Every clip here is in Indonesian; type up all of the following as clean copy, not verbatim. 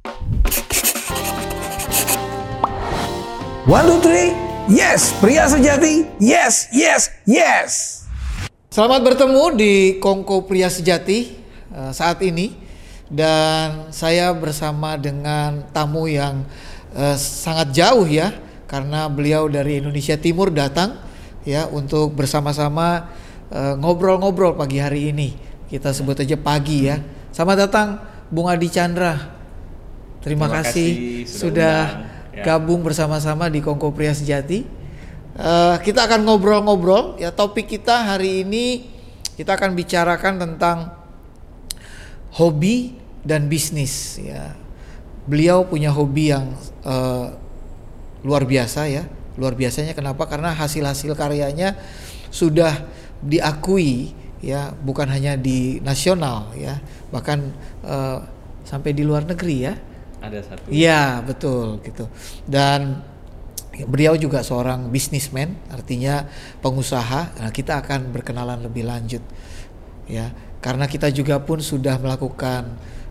One, two, three. Yes, pria sejati. Yes, yes, yes. Selamat bertemu di Kongko Pria Sejati saat ini, dan saya bersama dengan tamu yang sangat jauh ya, karena beliau dari Indonesia Timur datang ya untuk bersama-sama ngobrol-ngobrol pagi hari ini. Kita sebut aja pagi ya. Selamat datang Bung Adi Chandra. Terima kasih sudah gabung bersama-sama di Kongko Pria Sejati. Kita akan ngobrol-ngobrol ya. Topik kita hari ini kita akan bicarakan tentang hobi dan bisnis ya. Beliau punya hobi yang luar biasa ya. Luar biasanya kenapa? Karena hasil-hasil karyanya sudah diakui ya, bukan hanya di nasional ya, bahkan sampai di luar negeri ya. Ada satu. Iya, betul gitu. Dan beliau juga seorang businessman, artinya pengusaha. Nah, kita akan berkenalan lebih lanjut ya, karena kita juga pun sudah melakukan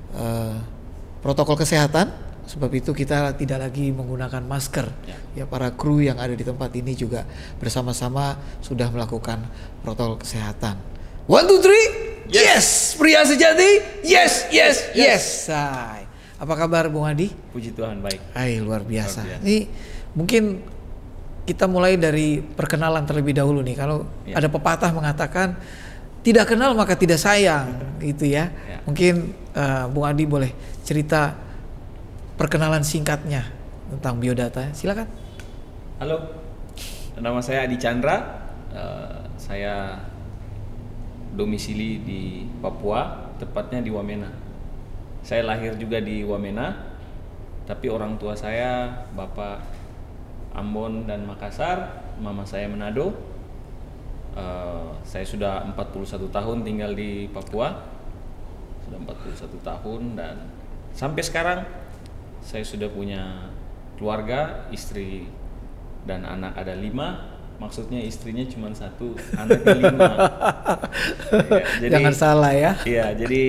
protokol kesehatan. Sebab itu kita tidak lagi menggunakan masker ya. Para kru yang ada di tempat ini juga bersama-sama sudah melakukan protokol kesehatan. One, two, three. Yes, pria sejati. Yes, yes, yes. Say. Apa kabar Bung Adi? Puji Tuhan, baik. Luar biasa. Ini mungkin kita mulai dari perkenalan terlebih dahulu nih. Kalau ada pepatah mengatakan tidak kenal maka tidak sayang, gitu ya. Mungkin Bung Adi boleh cerita perkenalan singkatnya tentang biodata. Silakan. Halo, nama saya Adi Chandra. Saya domisili di Papua, tepatnya di Wamena. Saya lahir juga di Wamena, tapi orang tua saya Bapak Ambon dan Makassar, mama saya Manado. Saya sudah 41 tahun tinggal di Papua, sudah 41 tahun, dan sampai sekarang saya sudah punya keluarga, istri dan anak ada 5. Maksudnya istrinya cuma 1, anaknya 5. Jadi, jangan salah ya. Iya, jadi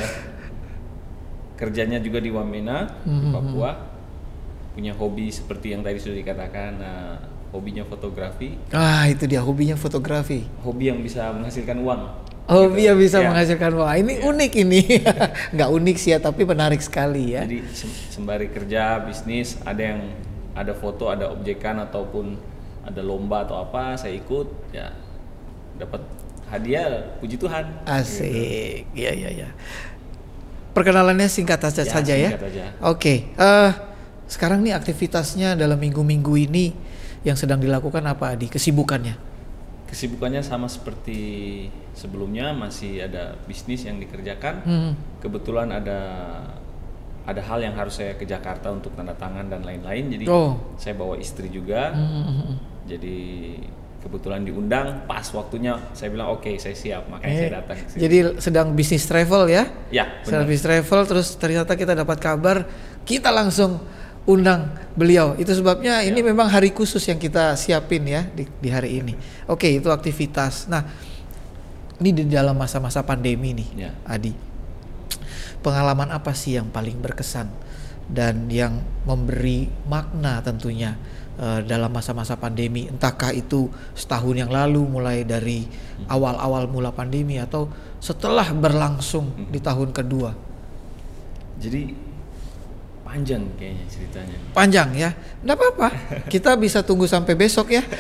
kerjanya juga di Wamena, di Papua. Punya hobi seperti yang tadi sudah dikatakan, hobinya fotografi. Itu dia hobinya fotografi. Hobi yang bisa menghasilkan uang. Hobi yang bisa menghasilkan uang. Ini unik ini. Nggak unik sih ya, tapi menarik sekali ya. Jadi sembari kerja, bisnis, ada foto, ada objekan ataupun ada lomba atau apa, saya ikut ya, dapat hadiah, puji Tuhan. Asik. Iya. Perkenalannya singkat saja ya. Oke. Sekarang nih aktivitasnya dalam minggu-minggu ini yang sedang dilakukan apa Adi? Kesibukannya sama seperti sebelumnya, masih ada bisnis yang dikerjakan. Kebetulan ada hal yang harus saya ke Jakarta untuk tanda tangan dan lain-lain. Jadi saya bawa istri juga. Jadi kebetulan diundang, pas waktunya saya bilang oke, saya siap, makanya saya datang ke sini. Jadi sedang bisnis travel ya? Ya, benar. Sedang bisnis travel, terus ternyata kita dapat kabar, kita langsung undang beliau. Itu sebabnya ini memang hari khusus yang kita siapin ya di hari ini. Oke, itu aktivitas. Nah, ini di dalam masa-masa pandemi nih, Adi. Pengalaman apa sih yang paling berkesan dan yang memberi makna tentunya dalam masa-masa pandemi, entahkah itu setahun yang lalu mulai dari awal-awal mula pandemi atau setelah berlangsung di tahun kedua? Jadi panjang kayaknya ceritanya. Panjang ya? Nggak apa-apa, kita bisa tunggu sampai besok ya.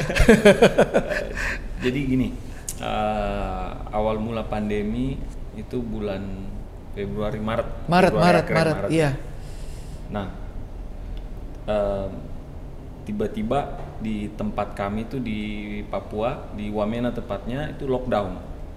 Jadi gini, awal mula pandemi itu bulan Februari, Maret, iya. Nah, tiba-tiba di tempat kami itu di Papua, di Wamena tepatnya, itu lockdown.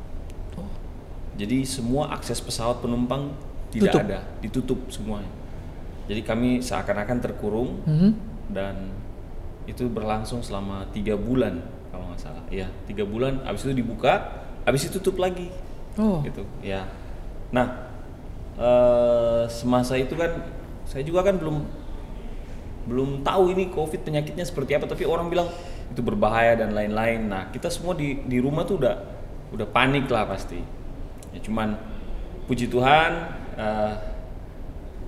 Jadi semua akses pesawat penumpang tidak ada, ditutup semuanya. Jadi kami seakan-akan terkurung, dan itu berlangsung selama 3 bulan kalau nggak salah. Ya, 3 bulan. Abis itu dibuka, abis itu tutup lagi. Gitu ya. Nah, semasa itu kan saya juga kan belum tahu ini COVID penyakitnya seperti apa, tapi orang bilang itu berbahaya dan lain-lain. Nah, kita semua di rumah tuh udah panik lah pasti. Ya cuman puji Tuhan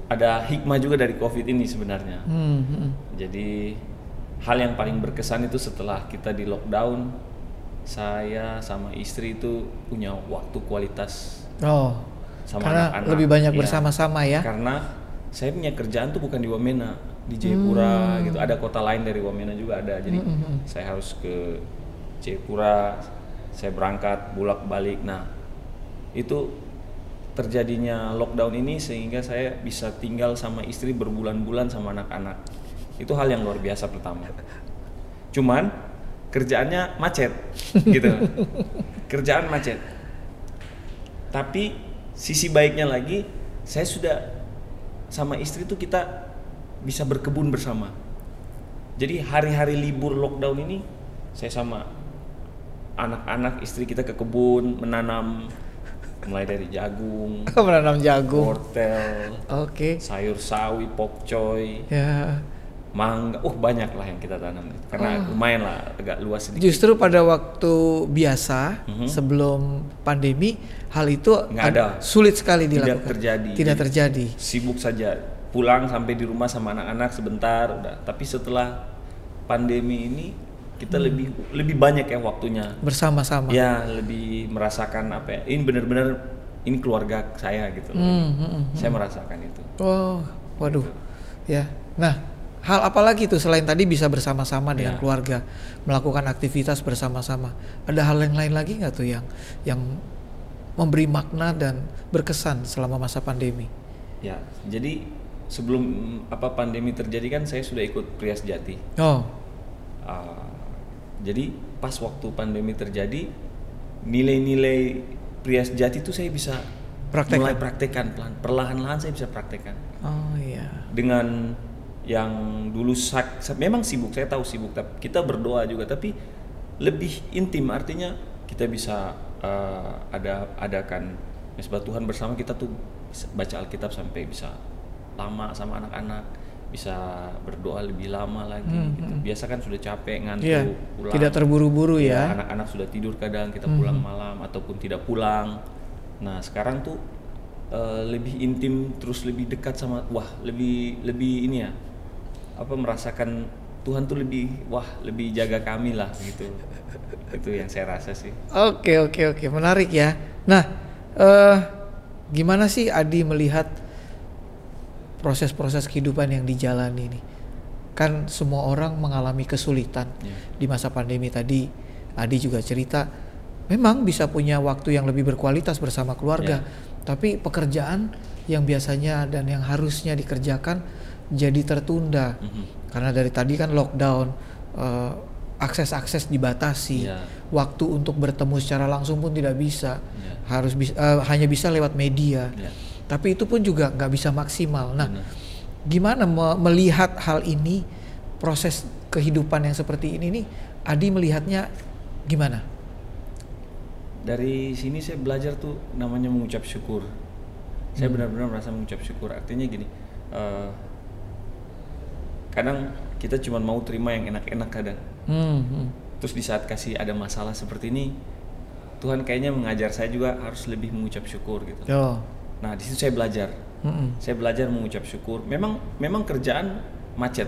ada hikmah juga dari COVID ini sebenarnya. Jadi hal yang paling berkesan itu setelah kita di lockdown, saya sama istri itu punya waktu kualitas sama karena anak-anak. lebih banyak Iya, bersama-sama ya. Karena saya punya kerjaan tuh bukan di Wamena, di Jayapura gitu. Ada kota lain dari Wamena juga ada. Jadi saya harus ke Jayapura, saya berangkat bolak-balik. Nah, itu terjadinya lockdown ini sehingga saya bisa tinggal sama istri berbulan-bulan sama anak-anak. Itu hal yang luar biasa pertama. Cuman kerjaannya macet gitu. Kerjaan macet. Tapi sisi baiknya lagi, saya sudah sama istri tuh kita bisa berkebun bersama. Jadi hari-hari libur lockdown ini saya sama anak-anak istri kita ke kebun menanam, mulai dari jagung, Menanam jagung. wortel, Oke. sayur sawi, pokcoy, Ya. mangga, banyak lah yang kita tanam karena lumayan lah agak luas sedikit. Justru pada waktu biasa sebelum pandemi hal itu Nggak ada. sulit sekali dilakukan. terjadi. Tidak Jadi, terjadi. Sibuk saja, pulang sampai di rumah sama anak-anak sebentar udah. Tapi setelah pandemi ini kita lebih banyak ya waktunya. Bersama-sama. Ya, lebih merasakan apa ya? Ini benar-benar ini keluarga saya gitu loh. Saya merasakan itu. Oh, waduh. Ya. Nah, hal apa lagi tuh selain tadi bisa bersama-sama dengan keluarga, melakukan aktivitas bersama-sama. Ada hal yang lain lagi nggak tuh yang memberi makna dan berkesan selama masa pandemi? Ya, jadi sebelum pandemi terjadi kan saya sudah ikut Pria Sejati. Jadi pas waktu pandemi terjadi, nilai-nilai Pria Sejati itu saya bisa mulai praktekkan perlahan-lahan saya bisa praktekkan. Oh iya. Dengan yang dulu memang sibuk, saya tahu sibuk, tapi kita berdoa juga, tapi lebih intim, artinya kita bisa adakan mesbah Tuhan bersama, kita tuh bisa baca Alkitab sampai bisa lama sama anak-anak, bisa berdoa lebih lama lagi gitu. Biasa kan sudah capek, ngantuk, pulang. Tidak terburu-buru ya. Anak-anak sudah tidur kadang, kita pulang malam ataupun tidak pulang. Nah, sekarang tuh lebih intim, terus lebih dekat sama lebih ini ya. Merasakan Tuhan tuh lebih jaga kami lah gitu. Itu yang saya rasa sih. Oke, menarik ya. Nah, gimana sih Adi melihat proses-proses kehidupan yang dijalani ini? Kan semua orang mengalami kesulitan di masa pandemi tadi. Adi juga cerita, memang bisa punya waktu yang lebih berkualitas bersama keluarga, tapi pekerjaan yang biasanya dan yang harusnya dikerjakan jadi tertunda karena dari tadi kan lockdown, akses dibatasi, waktu untuk bertemu secara langsung pun tidak bisa, hanya bisa lewat media. Tapi itu pun juga nggak bisa maksimal. Nah, gimana melihat hal ini, proses kehidupan yang seperti ini nih, Adi melihatnya gimana? Dari sini saya belajar tuh namanya mengucap syukur. Saya benar-benar merasa mengucap syukur. Artinya gini, kadang kita cuma mau terima yang enak-enak kadang. Terus di saat kasih ada masalah seperti ini, Tuhan kayaknya mengajar saya juga harus lebih mengucap syukur gitu. Nah, di situ saya belajar. Saya belajar mengucap syukur. Memang kerjaan macet.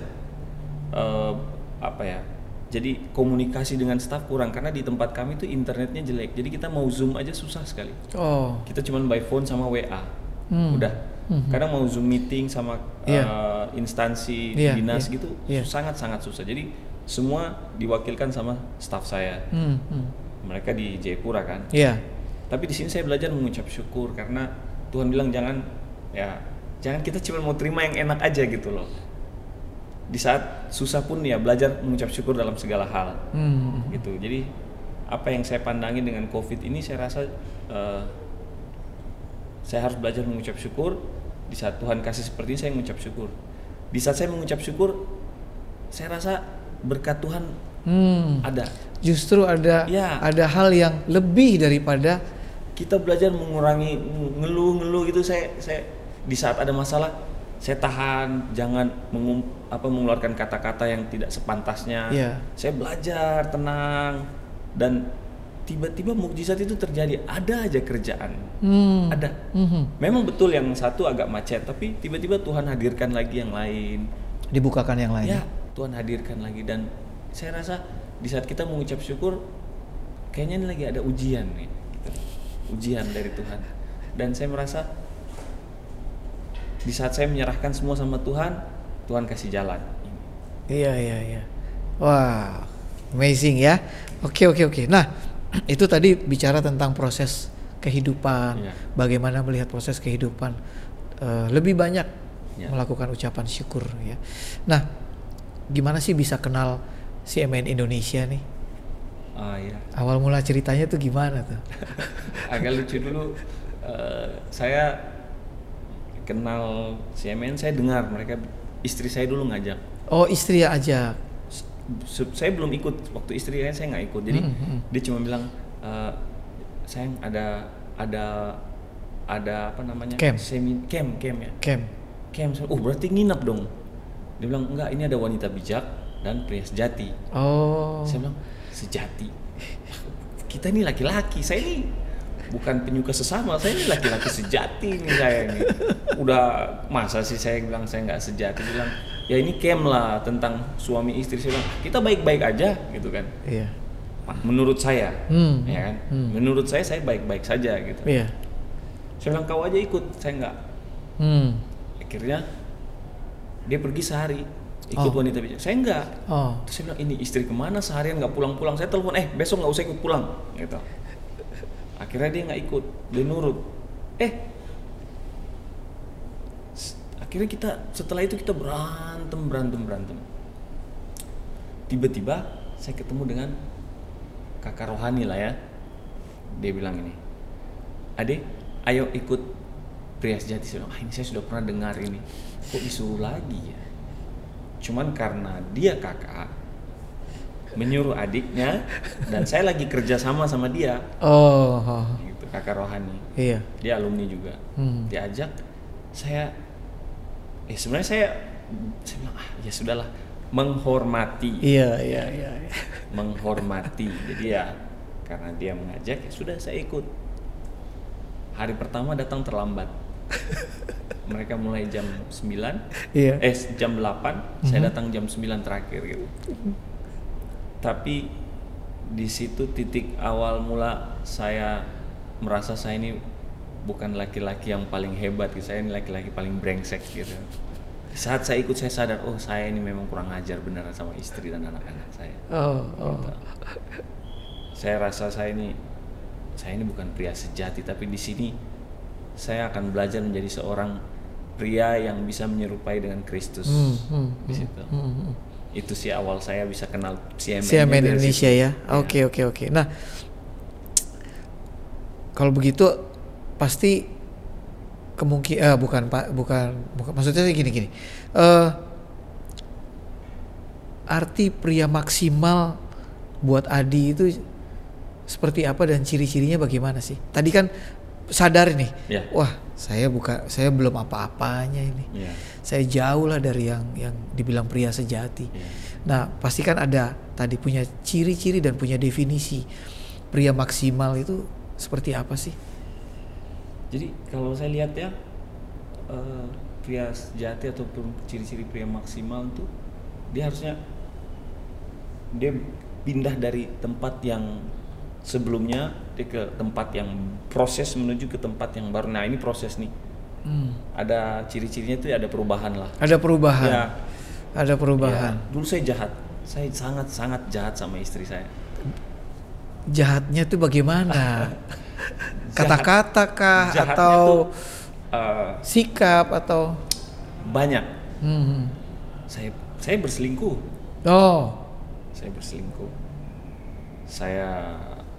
Jadi komunikasi dengan staf kurang karena di tempat kami tuh internetnya jelek. Jadi kita mau Zoom aja susah sekali. Kita cuma by phone sama WA. Udah. Kadang mau Zoom meeting sama instansi dinas gitu sangat-sangat susah. Jadi semua diwakilkan sama staf saya. Mereka di Jayapura kan. Tapi di sini saya belajar mengucap syukur karena Tuhan bilang jangan kita cuma mau terima yang enak aja gitu loh. Di saat susah pun ya belajar mengucap syukur dalam segala hal. Gitu. Jadi apa yang saya pandangi dengan COVID ini, saya rasa saya harus belajar mengucap syukur. Di saat Tuhan kasih seperti ini saya mengucap syukur. Di saat saya mengucap syukur, saya rasa berkat Tuhan ada. Justru ada hal yang lebih daripada kita belajar mengurangi ngeluh gitu. Saya di saat ada masalah saya tahan, jangan mengeluarkan kata-kata yang tidak sepantasnya. Saya belajar tenang dan tiba-tiba mukjizat itu terjadi, ada aja kerjaan, ada. Memang betul yang satu agak macet, tapi tiba-tiba Tuhan hadirkan lagi yang lain, Dibukakan yang lain. ya Tuhan hadirkan lagi. Dan saya rasa di saat kita mengucap syukur, kayaknya ini lagi ada ujian nih, gitu. Ujian dari Tuhan. Dan saya merasa di saat saya menyerahkan semua sama Tuhan, Tuhan kasih jalan. Iya. Wah, amazing ya. Oke. Nah, itu tadi bicara tentang proses kehidupan, Iya. bagaimana melihat proses kehidupan, lebih banyak Iya. melakukan ucapan syukur ya. Nah, gimana sih bisa kenal CMN Indonesia nih? Ya. Awal mula ceritanya tuh gimana tuh? Agak lucu dulu. Saya kenal CMN, saya dengar mereka, istri saya dulu ngajak. Oh, istri ya ajak. Saya belum ikut, waktu istri saya nggak ikut. Jadi dia cuma bilang, sayang ada apa namanya? Camp. Camp ya. Camp. Berarti nginep dong. Dia bilang enggak, ini ada wanita bijak dan pria sejati. Oh. Saya bilang sejati. Kita ini laki-laki, saya ini bukan penyuka sesama, saya ini laki-laki sejati nih saya ini. Udah masa sih saya bilang saya nggak sejati, bilang ya ini camp lah tentang suami istri. Saya bilang kita baik-baik aja gitu kan. Iya. Menurut saya, ya kan. Menurut saya baik-baik saja gitu. Iya. Saya bilang kau aja ikut, saya nggak. Akhirnya dia pergi sehari ikut wanita bijak, saya enggak. Terus saya bilang ini istri kemana seharian nggak pulang-pulang, saya telepon besok nggak usah ikut pulang gitu. Akhirnya dia nggak ikut, dia nurut. Akhirnya setelah itu kita berantem. Tiba-tiba saya ketemu dengan kakak rohani lah ya. Dia bilang ini, Ade, ayo ikut pria sejati. Saya bilang, ini saya sudah pernah dengar ini, kok disuruh lagi ya? Cuman karena dia kakak menyuruh adiknya dan saya lagi kerja sama dia. Gitu, kakak rohani. Iya. Dia alumni juga. Diajak saya. Sebenarnya saya bilang ya sudahlah, menghormati. Iya. Menghormati. Jadi ya karena dia mengajak, ya sudah saya ikut. Hari pertama datang terlambat. Mereka mulai jam 9. Iya. Jam 8, saya datang jam 9 terakhir gitu. Tapi di situ titik awal mula saya merasa saya ini bukan laki-laki yang paling hebat, saya ini laki-laki paling brengsek gitu. Saat saya ikut saya sadar, saya ini memang kurang ajar beneran sama istri dan anak-anak saya. Gitu. Saya rasa saya ini bukan pria sejati, tapi di sini saya akan belajar menjadi seorang pria yang bisa menyerupai dengan Kristus. Di situ. Itu sih awal saya bisa kenal CMN Indonesia ya. Oke. Nah, kalau begitu pasti bukan maksudnya gini. Arti pria maksimal buat Adi itu seperti apa dan ciri-cirinya bagaimana sih? Tadi kan sadar nih, wah saya belum apa-apanya ini. Saya jauh lah dari yang dibilang pria sejati. Nah, pasti kan ada tadi punya ciri-ciri dan punya definisi pria maksimal itu seperti apa sih? Jadi kalau saya lihat ya, pria sejati ataupun ciri-ciri pria maksimal itu dia pindah dari tempat yang sebelumnya dia ke tempat yang proses menuju ke tempat yang baru. Nah ini proses nih. Ada ciri-cirinya itu ada perubahan lah. Ada perubahan. Ya. Ada perubahan. Ya, dulu saya jahat. Saya sangat jahat sama istri saya. Jahatnya tuh bagaimana? Kata-kata kah atau sikap atau banyak? Saya berselingkuh. Saya berselingkuh. Saya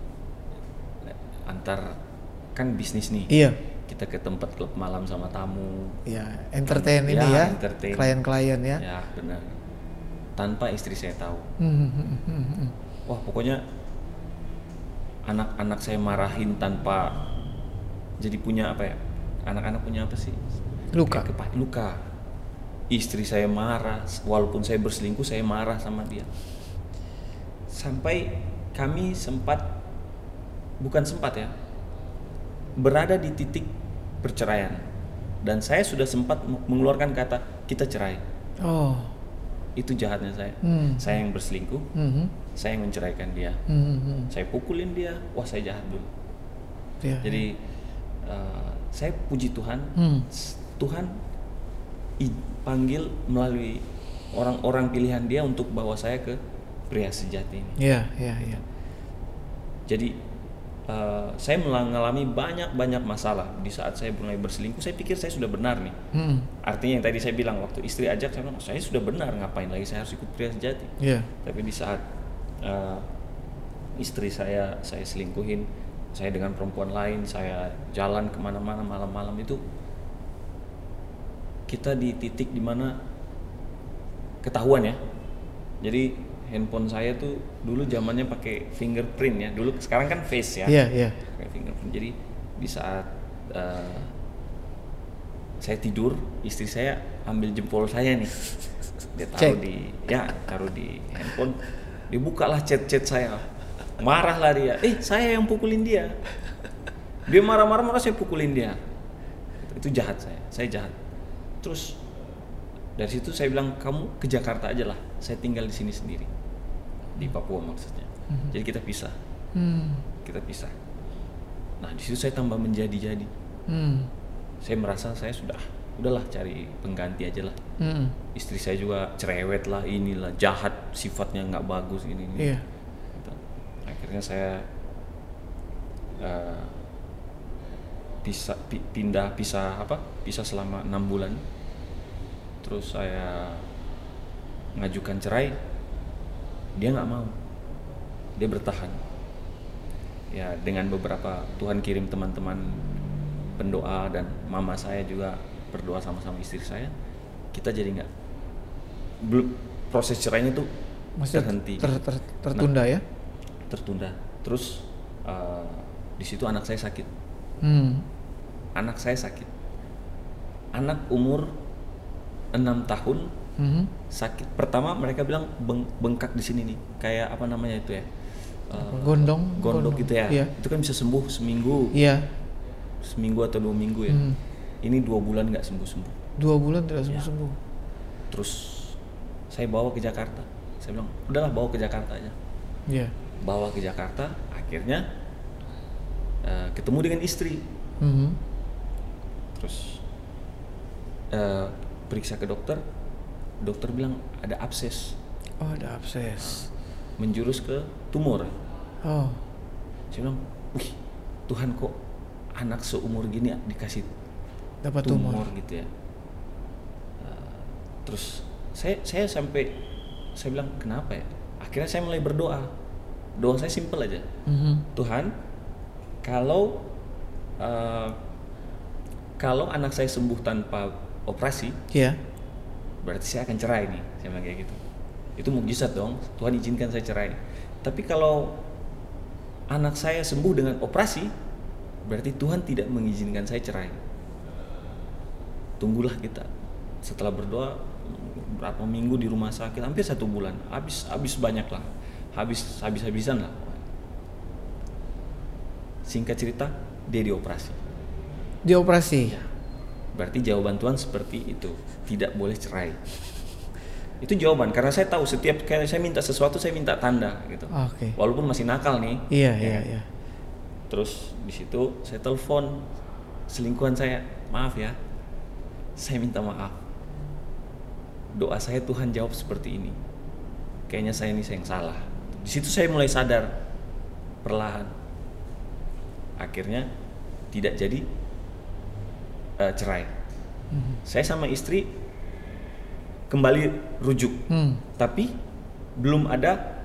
kan bisnis nih. Iya. Kita ke tempat klub malam sama tamu. Ya, entertain ini ya. Entertain. Klien-klien ya. Ya, benar. Tanpa istri saya tahu. Wah, pokoknya anak-anak saya marahin tanpa jadi punya apa ya? Anak-anak punya apa sih? Luka. Istri saya marah, walaupun saya berselingkuh saya marah sama dia. Sampai kami sempat bukan sempat ya, berada di titik perceraian, dan saya sudah sempat mengeluarkan kata kita cerai. Oh. Itu jahatnya saya. Saya yang berselingkuh, saya yang menceraikan dia, saya pukulin dia, wah saya jahat dulu. Ya. Jadi saya puji Tuhan, Tuhan panggil melalui orang-orang pilihan dia untuk bawa saya ke Pria Sejati ini. Iya. Jadi saya mengalami banyak masalah di saat saya mulai berselingkuh. Saya pikir saya sudah benar nih. Artinya yang tadi saya bilang waktu istri ajak, saya bilang saya sudah benar, ngapain lagi saya harus ikut Pria Sejati. Tapi di saat istri saya selingkuhin, saya dengan perempuan lain, saya jalan kemana-mana malam-malam, itu kita di titik dimana ketahuan ya. Jadi handphone saya tuh dulu zamannya pakai fingerprint ya. Dulu, sekarang kan face ya. Iya. Pakai fingerprint. Jadi di saat saya tidur, istri saya ambil jempol saya nih. Dia taruh di handphone. Dibukalah chat-chat saya. Marahlah dia. Saya yang pukulin dia. Dia marah-marah saya pukulin dia. Itu jahat saya. Saya jahat. Terus dari situ saya bilang, kamu ke Jakarta aja lah. Saya tinggal di sini sendiri. Di Papua maksudnya. Jadi kita pisah. Kita pisah. Nah, di situ saya tambah menjadi-jadi. Saya merasa saya udahlah cari pengganti aja lah. Istri saya juga cerewet lah, inilah jahat, sifatnya nggak bagus ini. Iya. Gitu. Akhirnya saya pisah selama 6 bulan. Terus saya ngajukan cerai, dia nggak mau, dia bertahan. Ya dengan beberapa Tuhan kirim teman-teman pendoa dan mama saya juga berdoa sama-sama istri saya, kita jadi belum, proses cerainya tuh terhenti, tertunda ya? Tertunda. Terus di situ anak saya sakit. Anak saya sakit. Anak umur 6 tahun sakit. Pertama mereka bilang bengkak di sini nih, kayak apa namanya itu ya? Gondok gitu ya. Iya. Itu kan bisa sembuh seminggu. Iya. Seminggu atau 2 minggu ya. Ini 2 bulan nggak sembuh-sembuh. 2 bulan tidak sembuh-sembuh. Terus saya bawa ke Jakarta. Saya bilang, udahlah bawa ke Jakarta aja. Iya. Bawa ke Jakarta, akhirnya ketemu dengan istri. Terus periksa ke dokter bilang ada abses. Oh, ada abses. Menjurus ke tumor. Oh. Saya bilang, wih, Tuhan kok anak seumur gini dikasih dapat tumor gitu ya. Terus saya bilang kenapa ya? Akhirnya saya mulai berdoa. Doa saya simpel aja. Tuhan, kalau anak saya sembuh tanpa operasi, berarti saya akan cerai nih. Saya bilang kayak gitu. Itu mukjizat dong. Tuhan izinkan saya cerai. Tapi kalau anak saya sembuh dengan operasi, berarti Tuhan tidak mengizinkan saya cerai. Tunggulah kita. Setelah berdoa berapa minggu di rumah sakit, hampir 1 bulan. Habis banyak lah. Habis-habisan lah. Singkat cerita, dia dioperasi. Dioperasi? Ya. Berarti jawaban Tuhan seperti itu. Tidak boleh cerai. Itu jawaban, karena saya tahu setiap kali saya minta sesuatu, saya minta tanda gitu. Okay. Walaupun masih nakal nih. Iya. Terus di situ saya telepon selingkuhan saya, maaf ya, saya minta maaf. Doa saya Tuhan jawab seperti ini. Kayaknya saya yang salah. Di situ saya mulai sadar perlahan. Akhirnya tidak jadi cerai. Saya sama istri kembali rujuk, tapi belum ada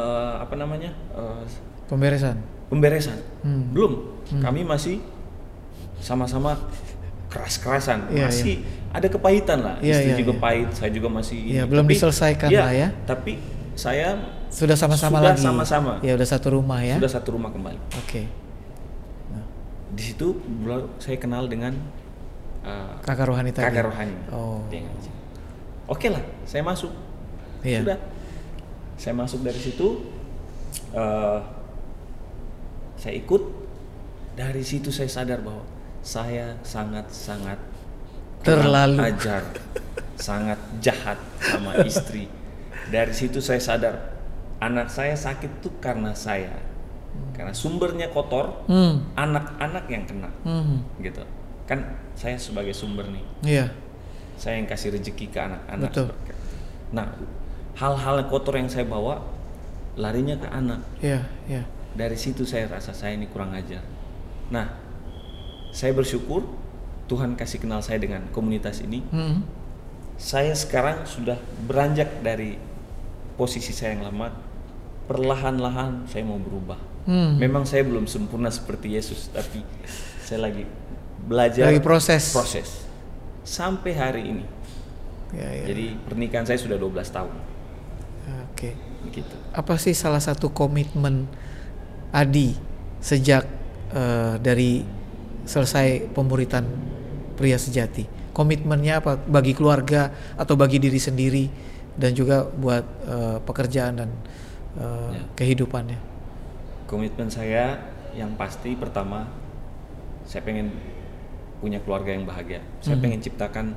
pemberesan. Belum. Kami masih sama-sama keras-kerasan, masih ada kepahitan lah. Istri juga pahit, saya juga masih. Belum diselesaikan lah ya. Tapi saya sudah sama-sama lagi. Sama-sama. Ya udah satu rumah ya. Sudah satu rumah kembali. Oke. Di situ saya kenal dengan kakak rohani tadi. Kakak rohani. Oh. Oke lah, saya masuk. Sudah. Saya masuk dari situ. Saya ikut. Dari situ saya sadar bahwa saya sangat-sangat terlalu ajar, sangat jahat sama istri. Dari situ saya sadar anak saya sakit tuh karena saya, karena sumbernya kotor, anak-anak yang kena, gitu. Kan saya sebagai sumber nih, Iya. saya yang kasih rezeki ke anak-anak. Betul. Nah, hal-hal kotor yang saya bawa larinya ke anak. Iya, iya. Dari situ saya rasa saya ini kurang ajar. Nah, saya bersyukur Tuhan kasih kenal saya dengan komunitas ini. Saya sekarang sudah beranjak dari posisi saya yang lama. Perlahan-lahan saya mau berubah. Memang saya belum sempurna seperti Yesus, tapi saya lagi belajar. Lagi proses. Sampai hari ini. Ya, ya. Jadi pernikahan saya sudah 12 tahun. Oke. Begitu. Apa sih salah satu komitmen Adi sejak dari selesai pemuritan Pria Sejati? Komitmennya apa bagi keluarga atau bagi diri sendiri dan juga buat pekerjaan dan kehidupannya? Komitmen saya yang pasti pertama, saya pengen punya keluarga yang bahagia. Saya pengen ciptakan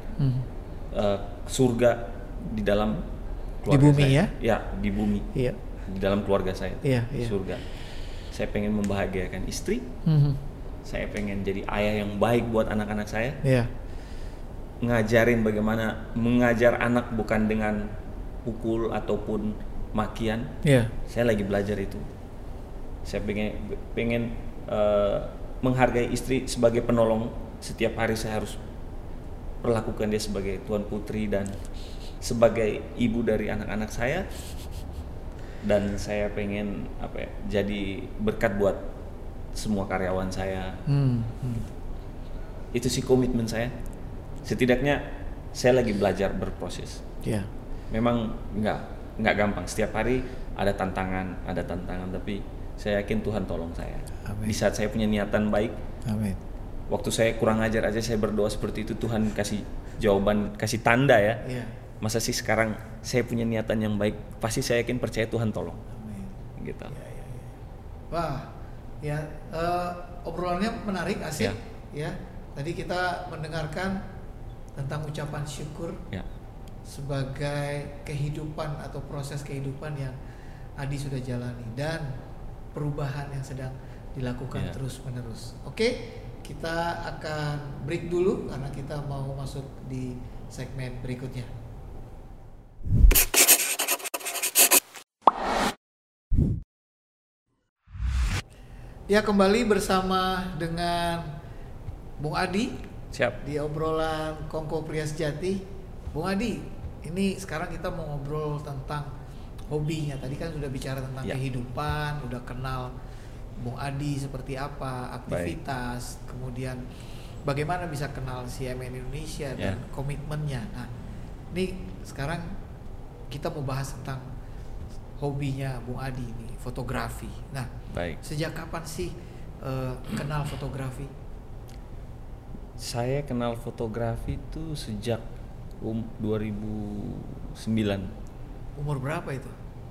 surga di dalam keluarga di bumi saya. ya? Ya, di bumi. Iya. Di dalam keluarga saya. Iya, di iya. surga. Saya pengen membahagiakan istri. Saya pengen jadi ayah yang baik buat anak-anak saya. Iya. Ngajarin bagaimana mengajar anak bukan dengan pukul ataupun makian. Iya. Saya lagi belajar itu. Saya pengen menghargai istri sebagai penolong. Setiap hari saya harus perlakukan dia sebagai tuan putri dan sebagai ibu dari anak-anak saya. Dan saya pengen jadi berkat buat semua karyawan saya. Itu sih komitmen saya. Setidaknya saya lagi belajar berproses. Iya. Memang nggak gampang. Setiap hari ada tantangan, tapi saya yakin Tuhan tolong saya. Amin. Di saat saya punya niatan baik, Amin. waktu saya kurang ajar aja saya berdoa seperti itu, Tuhan kasih jawaban, kasih tanda ya. Iya. Masa sih sekarang saya punya niatan yang baik, pasti saya yakin percaya Tuhan tolong. Amin. Gitu. Wah, ya obrolannya menarik, asik. Ya, tadi kita mendengarkan tentang ucapan syukur Ya. sebagai kehidupan atau proses kehidupan yang Adi sudah jalani dan perubahan yang sedang dilakukan Ya. terus menerus. Oke, kita akan break dulu karena kita mau masuk di segmen berikutnya. Ya, kembali bersama dengan Bung Adi Siap. di obrolan Kongko Pria Sejati. Bung Adi, ini sekarang kita mau ngobrol tentang hobinya. Tadi kan sudah bicara tentang Ya. kehidupan, udah kenal Bung Adi seperti apa, aktivitas, kemudian bagaimana bisa kenal CMN Indonesia dan komitmennya. Nah, ini sekarang kita mau bahas tentang hobinya Bung Adi ini, fotografi. Nah, Baik. sejak kapan sih kenal fotografi? Saya kenal fotografi itu sejak 2009. Umur berapa itu?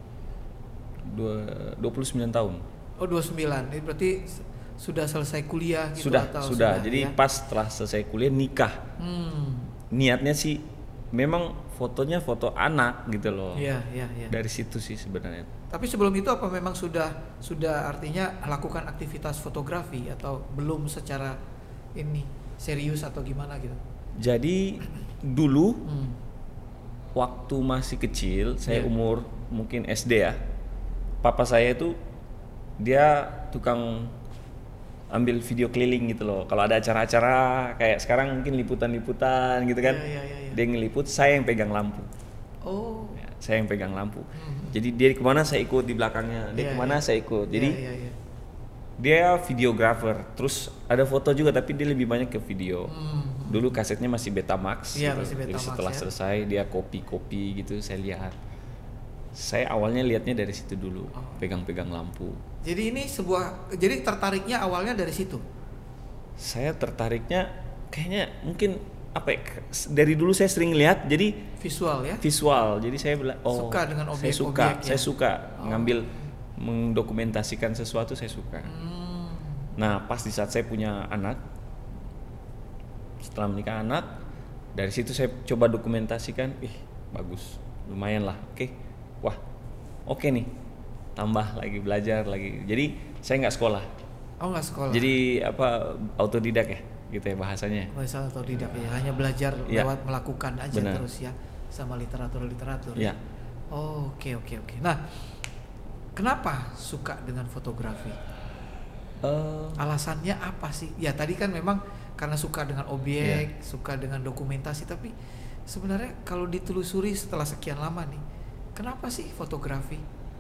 29 tahun. Oh, 29. Ini berarti sudah selesai kuliah gitu Sudah. atau Jadi ya? pas setelah selesai kuliah nikah. Niatnya sih memang fotonya foto anak gitu loh. Iya. Dari situ sih sebenarnya. Tapi sebelum itu apa memang sudah artinya lakukan aktivitas fotografi atau belum secara ini serius atau gimana gitu? Jadi dulu waktu masih kecil, saya Iya. umur mungkin SD ya. Papa saya itu dia tukang ambil video keliling gitu loh. Kalau ada acara-acara kayak sekarang mungkin liputan-liputan gitu kan. Iya. Dia ngeliput, saya yang pegang lampu. Oh. Ya, saya yang pegang lampu. Jadi dia kemana saya ikut di belakangnya. Dia kemana saya ikut. Jadi Iya. dia videographer. Terus ada foto juga tapi dia lebih banyak ke video. Dulu kasetnya masih Betamax. Iya, gitu. masih Jadi Betamax, setelah ya. selesai dia copy gitu saya lihat. Saya awalnya lihatnya dari situ dulu, pegang-pegang lampu. Jadi ini jadi tertariknya awalnya dari situ. Saya tertariknya kayaknya mungkin dari dulu saya sering lihat jadi Visual ya. visual. Jadi saya bilang Suka dengan saya objek-objek ya? suka ngambil mendokumentasikan sesuatu saya suka. Nah, pas di saat saya punya anak, setelah menikah anak, dari situ saya coba dokumentasikan, bagus, lumayan lah, oke, wah, oke nih, tambah lagi belajar lagi. Jadi saya nggak sekolah. Oh, nggak sekolah. Jadi autodidak ya, gitu ya bahasanya. Bahasa autodidak ya, hanya belajar lewat melakukan aja. Benar. Terus ya, sama literatur. Ya. Oh, oke. Nah, kenapa suka dengan fotografi? Alasannya apa sih? Ya tadi kan memang karena suka dengan objek, suka dengan dokumentasi, tapi sebenarnya kalau ditelusuri setelah sekian lama nih, kenapa sih fotografi?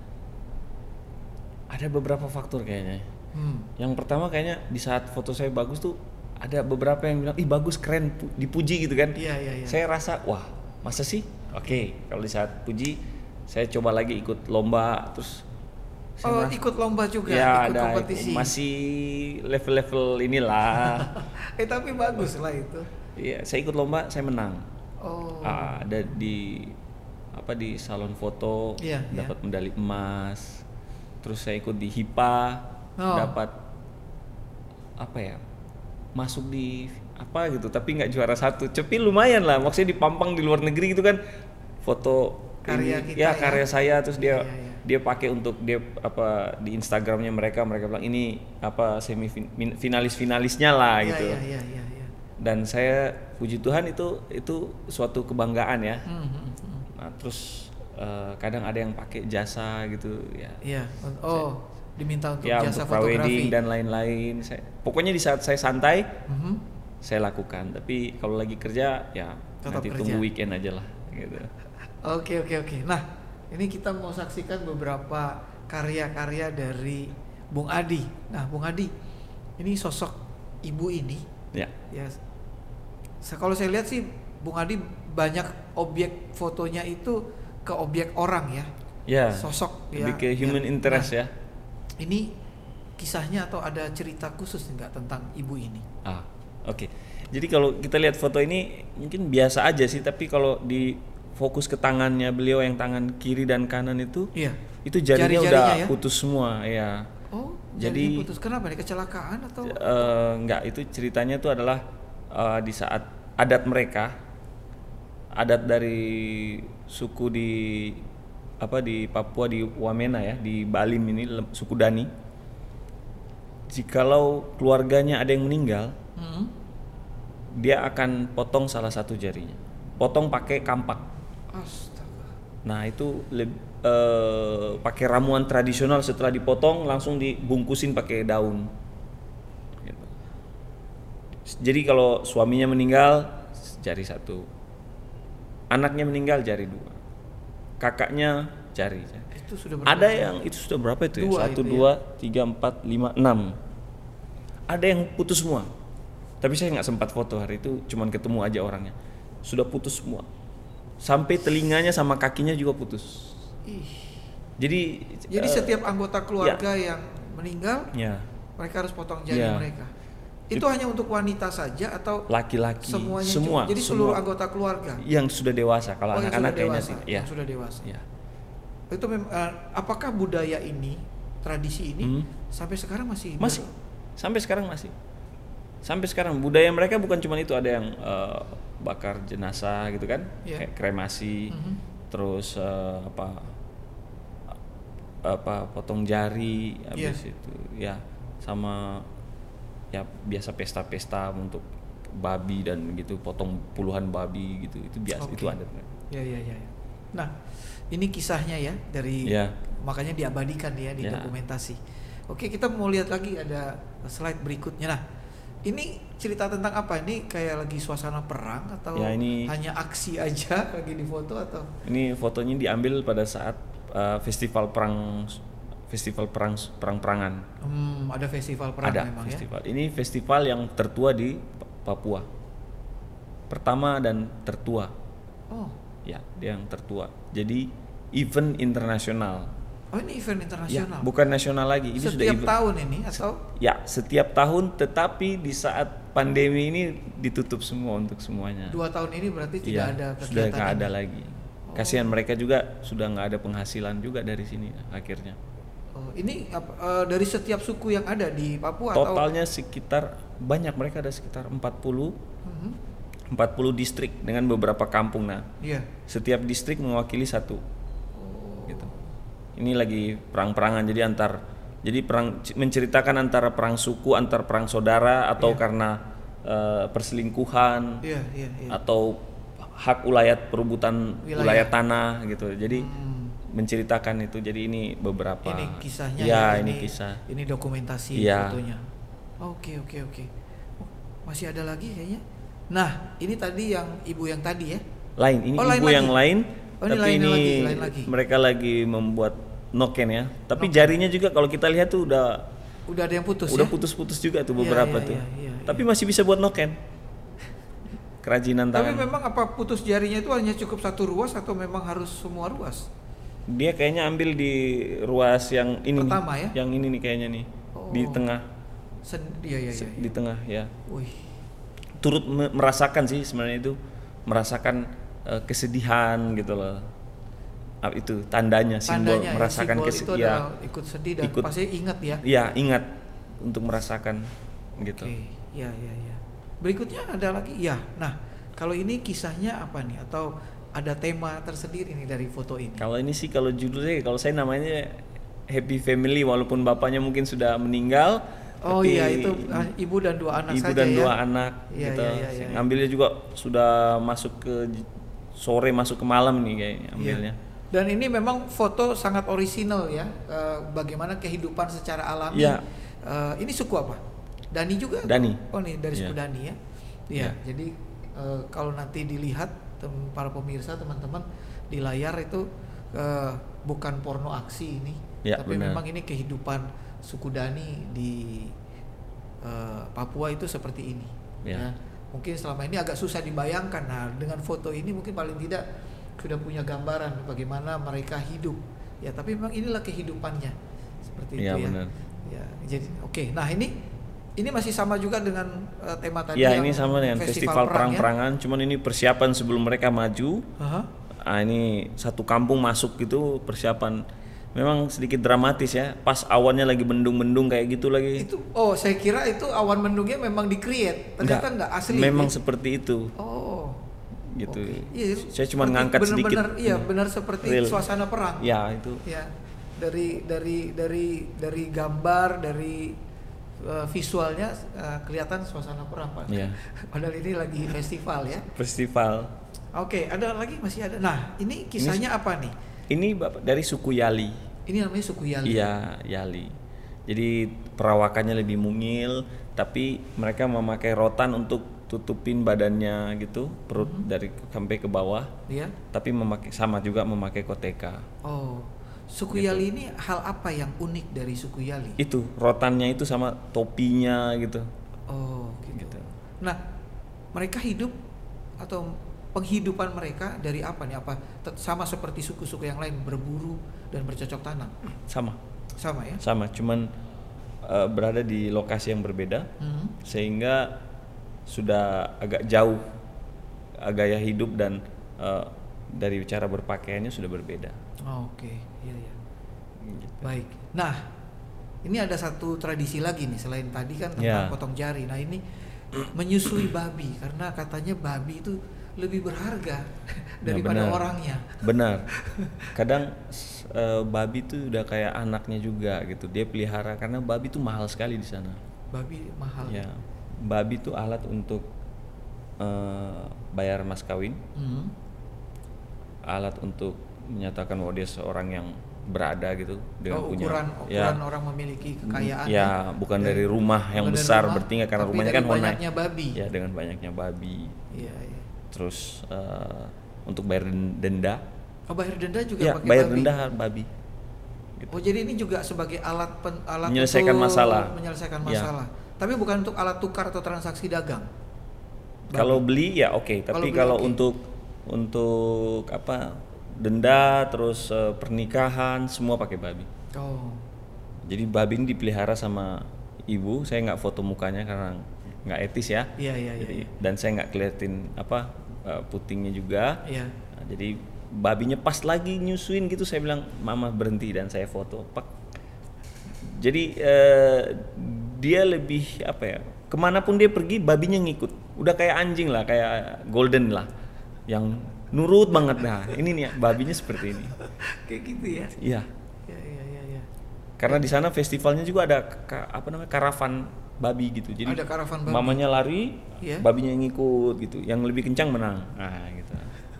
Ada beberapa faktor kayaknya. Yang pertama kayaknya di saat foto saya bagus tuh ada beberapa yang bilang, bagus, keren, dipuji gitu kan. Iya. Saya rasa, wah, masa sih? Oke, kalau di saat puji, saya coba lagi ikut lomba, terus ikut lomba juga, ya, ikut kompetisi. Masih level-level inilah. Tapi bagus lah itu. Iya, saya ikut lomba, saya menang. Ada di salon foto, dapat medali emas. Terus saya ikut di HIPA, dapat masuk di gitu, tapi nggak juara 1. Tapi lumayan lah, maksudnya dipampang di luar negeri gitu kan, foto karya kita karya saya, terus dia pakai untuk di Instagramnya mereka bilang ini finalisnya lah gitu. Iya. Dan saya puji Tuhan itu suatu kebanggaan ya. Nah, terus kadang ada yang pakai jasa gitu ya. Iya. Diminta untuk jasa untuk fotografi wedding dan lain-lain. Pokoknya di saat saya santai saya lakukan. Tapi kalau lagi kerja ya tetap nanti kerja. tunggu weekend aja lah gitu. Oke. Nah, ini kita mau saksikan beberapa karya-karya dari Bung Adi. Nah, Bung Adi, ini sosok ibu ini. Ya. Kalau saya lihat sih Bung Adi banyak objek fotonya itu ke objek orang ya. Ya. Sosok lebih ke human interest ya. Ini kisahnya atau ada cerita khusus enggak tentang ibu ini? Oke. Jadi kalau kita lihat foto ini mungkin biasa aja sih, tapi kalau di fokus ke tangannya beliau yang tangan kiri dan kanan itu, itu jarinya udah putus semua ya. Oh, jadi putus. Kenapa nih, kecelakaan atau? Enggak, itu ceritanya tuh adalah di saat adat mereka, adat dari suku di Papua, di Wamena ya, di Balim ini suku Dani. Jikalau keluarganya ada yang meninggal, dia akan potong salah satu jarinya, potong pakai kampak. Astaga. Nah itu pakai ramuan tradisional, setelah dipotong langsung dibungkusin pakai daun. Gitu. Jadi kalau suaminya meninggal jari 1, anaknya meninggal jari 2, kakaknya jari. Itu sudah berapa? Ada yang itu sudah berapa itu ya? 1, 2, 3, 4, 5, 6. Ada yang putus semua. Tapi saya nggak sempat foto hari itu, cuman ketemu aja orangnya. Sudah putus semua. Sampai telinganya sama kakinya juga putus. Jadi setiap anggota keluarga yang meninggal, mereka harus potong jari mereka. Itu hanya untuk wanita saja atau laki-laki? Semuanya semua. Jadi seluruh anggota keluarga yang sudah dewasa. Kalau anak-anak kayaknya tidak. Yang sudah dewasa. Itu apakah budaya ini, tradisi ini sampai sekarang masih? Sampai sekarang masih. Sampai sekarang budaya mereka bukan cuma itu, ada yang bakar jenazah gitu kan, kayak kremasi, terus potong jari habis itu ya, sama ya biasa pesta-pesta untuk babi dan gitu, potong puluhan babi gitu, itu biasa. Itu adat mereka. Ya. Nah, ini kisahnya ya dari makanya diabadikan ya di dokumentasi. Oke, kita mau lihat lagi, ada slide berikutnya. Nah, ini cerita tentang apa? Ini kayak lagi suasana perang atau hanya aksi aja lagi di foto atau? Ini fotonya diambil pada saat festival perang-perangan. Ada festival perang memang festival. Ya? Ini festival yang tertua di Papua. Pertama dan tertua. Oh. Ya, dia yang tertua. Jadi event internasional. Oh, ini event internasional. Ya, bukan nasional lagi. Ini setiap sudah event. Tahun ini atau? Ya, setiap tahun, tetapi di saat pandemi ini ditutup semua untuk semuanya. 2 tahun ini berarti tidak ada kegiatan. Sudah nggak ada lagi. Kasihan mereka juga, sudah nggak ada penghasilan juga dari sini akhirnya. Oh, ini dari setiap suku yang ada di Papua atau? Totalnya sekitar banyak, mereka ada sekitar 40 distrik dengan beberapa kampung. Nah, Iya. setiap distrik mewakili satu. Gitu. Ini lagi perang-perangan, jadi menceritakan antara perang suku, antar perang saudara, atau karena perselingkuhan, Iya. atau hak ulayat perebutan wilayah tanah gitu. Jadi menceritakan itu. Jadi ini beberapa. Ini kisahnya ya. Ini kisah. Ini dokumentasi Ya. fotonya. Oke. Oh, masih ada lagi kayaknya. Nah, ini tadi yang ibu yang tadi ya. Lain. Ini lain ibu yang lagi. lain. Oh, ini tapi lain ini lagi. mereka lagi membuat noken ya. Tapi jarinya juga kalau kita lihat tuh udah ada yang putus udah ya. putus-putus juga tuh Iya, beberapa iya, tuh. iya. Tapi masih bisa buat noken. Kerajinan Tapi tangan. memang apa putus jarinya itu hanya cukup satu ruas atau memang harus semua ruas? Dia kayaknya ambil di ruas yang ini Pertama nih. ya? Yang ini nih kayaknya nih. Di tengah. Iya. Di tengah ya. Wih. Turut merasakan sih sebenarnya itu, merasakan kesedihan gitu loh. Itu tandanya, simbol Tandanya merasakan simbol itu kesedihan. adalah ikut sedih dan pasti ingat ya. Iya, ingat untuk merasakan gitu. Oke. Ya. Berikutnya ada lagi ya. Nah, kalau ini kisahnya apa nih atau ada tema tersendiri nih dari foto ini? Kalau ini sih, kalau judulnya, kalau saya namanya Happy Family, walaupun bapaknya mungkin sudah meninggal. Oh tapi iya, itu ibu dan dua anak ibu saja dan ya. dua anak Iya, gitu. iya. Ngambilnya juga sudah masuk ke sore, masuk ke malam nih kayaknya ambilnya. Iya. Dan ini memang foto sangat orisinal ya, bagaimana kehidupan secara alami. Iya. Ini suku apa? Dani juga? Dani. Oh nih dari suku Iya. Dani ya. Iya. Jadi kalau nanti dilihat para pemirsa teman-teman di layar itu bukan porno aksi ini, Ya, tapi benar. memang ini kehidupan suku Dani di Papua itu seperti ini. Ya. Mungkin selama ini agak susah dibayangkan. Nah, dengan foto ini mungkin paling tidak sudah punya gambaran bagaimana mereka hidup. Ya, tapi memang inilah kehidupannya. Seperti Ya, itu ya. benar. Ya, jadi oke. Nah, ini masih sama juga dengan tema tadi Ya, yang ini sama dengan festival perang, ya? perang-perangan, cuman ini persiapan sebelum mereka maju. Aha. Ini satu kampung masuk gitu, persiapan. Memang sedikit dramatis ya, pas awannya lagi mendung-mendung kayak gitu lagi. Itu saya kira itu awan mendungnya memang di-create. Ternyata enggak asli. Memang ya? seperti itu. Oh. Gitu. Oke. Iya, Saya cuma seperti ngangkat sedikit. Iya, benar seperti Real. suasana perang. Ya, itu. Ya, dari gambar, dari visualnya kelihatan suasana perang, Pak. Iya. Padahal ini lagi festival ya. Festival. Oke, ada lagi, masih ada. Nah, ini kisahnya apa nih? Ini dari suku Yali. Ini namanya suku Yali. Iya, Yali. Jadi perawakannya lebih mungil, tapi mereka memakai rotan untuk tutupin badannya gitu, perut dari sampai ke bawah. Iya. Tapi sama juga memakai koteka. Oh, suku Gitu. Yali ini hal apa yang unik dari suku Yali? Itu rotannya itu sama topinya gitu. Oh, gitu. Gitu. Nah, mereka hidup atau penghidupan mereka dari apa nih? Apa sama seperti suku-suku yang lain, berburu dan bercocok tanam? Sama Ya? sama, cuman berada di lokasi yang berbeda, sehingga sudah agak jauh gaya hidup dan dari cara berpakaiannya sudah berbeda. Oh, oke. Iya. Gitu. Baik. Nah, ini ada satu tradisi lagi nih selain tadi kan tentang Ya. potong jari. Nah, ini menyusui babi karena katanya babi itu lebih berharga daripada benar. orangnya. Benar. Kadang babi itu udah kayak anaknya juga gitu. Dia pelihara karena babi itu mahal sekali di sana. Babi mahal. Ya. Babi itu alat untuk bayar mas kawin. Alat untuk menyatakan bahwa dia seorang yang berada gitu dengan punya ukuran orang memiliki kekayaan. Ya, bukan dari rumah yang bukan dari besar rumah, bertingkat karena tapi rumahnya dari kan honai. banyaknya babi. Ya, dengan banyaknya babi. Iya. Terus untuk bayar denda. Oh, bayar denda juga Ya, pakai bayar babi. denda babi. Gitu. Oh, jadi ini juga sebagai alat Menyelesaikan untuk masalah. menyelesaikan Ya. masalah. Tapi bukan untuk alat tukar atau transaksi dagang. Kalau beli ya oke, tapi Kalau kalau beli, untuk apa? Denda, terus pernikahan semua pakai babi. Oh. Jadi babi ini dipelihara sama ibu. Saya nggak foto mukanya karena nggak etis ya. Iya. Jadi, dan saya nggak keliatin putingnya juga. Iya. Nah, jadi babinya pas lagi nyusuin gitu, saya bilang mama berhenti dan saya foto. Pak. Jadi dia lebih apa ya? Kemanapun dia pergi, babinya ngikut. Udah kayak anjing lah, kayak golden lah, yang nurut banget. Nah, ini nih babinya seperti ini. Kayak gitu ya. Iya. Ya. Karena di sana festivalnya juga ada karavan babi gitu. Jadi Ada karavan babi. mamanya lari, Iya. babinya ngikut gitu. Yang lebih kencang menang. Nah, gitu.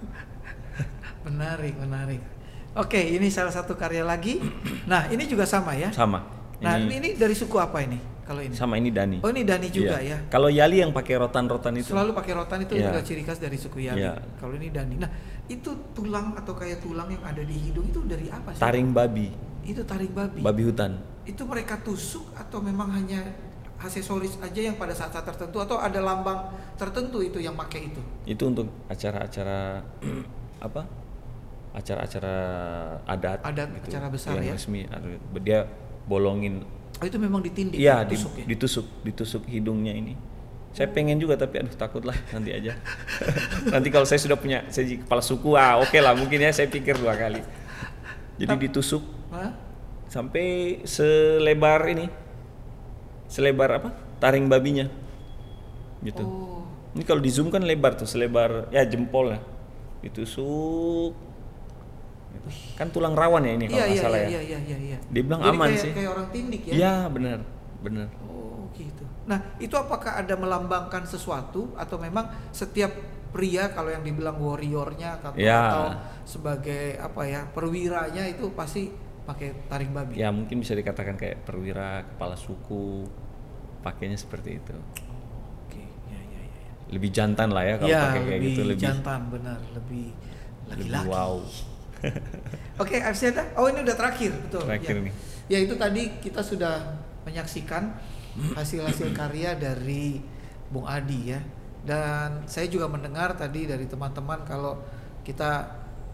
Menarik. Oke, ini salah satu karya lagi. Nah, ini juga sama ya. Sama. Nah, ini dari suku apa ini? Kalau ini? Sama, ini Dani. Oh, ini Dani juga Iya. ya. Kalau Yali yang pakai rotan-rotan itu. Selalu pakai rotan itu Iya. juga ciri khas dari suku Yali. Iya. Kalau ini Dani. Nah, itu tulang atau kayak tulang yang ada di hidung itu dari apa sih? Taring babi, Itu taring babi. babi hutan. Itu mereka tusuk atau memang hanya aksesoris aja yang pada saat-saat tertentu, atau ada lambang tertentu itu yang pakai itu? Itu untuk acara-acara apa? Acara-acara adat gitu. Acara besar yang ya? resmi. Dia bolongin. Oh, itu memang ditindih? Iya, ditusuk ya? ditusuk hidungnya ini. Saya pengen juga tapi aduh takut lah, nanti aja. Nanti kalau saya sudah punya saya jadi kepala suku, oke lah mungkin ya, saya pikir 2 kali. Jadi ditusuk Hah? sampai selebar ini. Selebar apa? Taring babinya. Gitu. Oh. Ini kalau di zoom kan lebar tuh, selebar ya jempol lah. Ditusuk. Gitu. Kan tulang rawan ya ini kalau nggak salah ya. Iya. Dia bilang Jadi aman kayak, sih. kayak orang tindik ya? Iya, benar. Oh gitu. Nah, itu apakah ada melambangkan sesuatu atau memang setiap pria kalau yang dibilang warriornya atau, Ya. atau sebagai apa ya, perwiranya itu pasti pakai taring babi? Ya mungkin bisa dikatakan kayak perwira, kepala suku, pakainya seperti itu. Oke, ya. Lebih jantan lah ya kalau pakai kayak gitu, lebih jantan, benar, lebih laki-laki. wow. Oke, Arsyada. Oh, ini udah terakhir, betul. Terakhir ya. nih. Ya, itu tadi kita sudah menyaksikan hasil-hasil karya dari Bung Adi ya. Dan saya juga mendengar tadi dari teman-teman kalau kita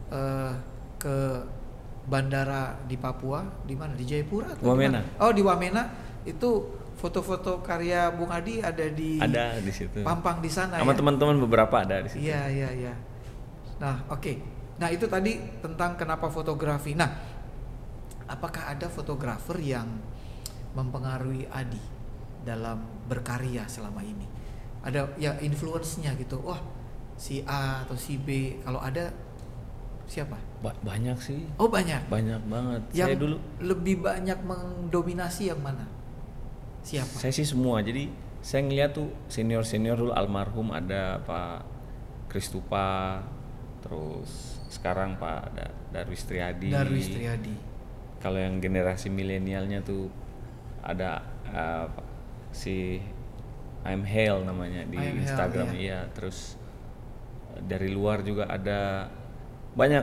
ke bandara di Papua, di mana? Di Jayapura atau Wamena. di mana? Oh, di Wamena. Itu foto-foto karya Bung Adi ada di situ. Pampang di sana Sama ya. teman-teman beberapa ada di situ. Iya. Nah, oke. Nah, itu tadi tentang kenapa fotografi. Nah, apakah ada fotografer yang mempengaruhi Adi dalam berkarya selama ini? Ada ya influence-nya gitu. Wah, si A atau si B, kalau ada siapa? Banyak sih. Oh, banyak. Banyak banget. Yang Saya dulu lebih banyak mendominasi yang mana? Siapa? saya sih semua. Jadi saya ngeliat tuh senior dulu almarhum ada Pak Kristupa, terus sekarang Pak Darwis Triadi. Kalau yang generasi milenialnya tuh ada si I'm Hale namanya di Instagram, iya. Terus dari luar juga ada banyak.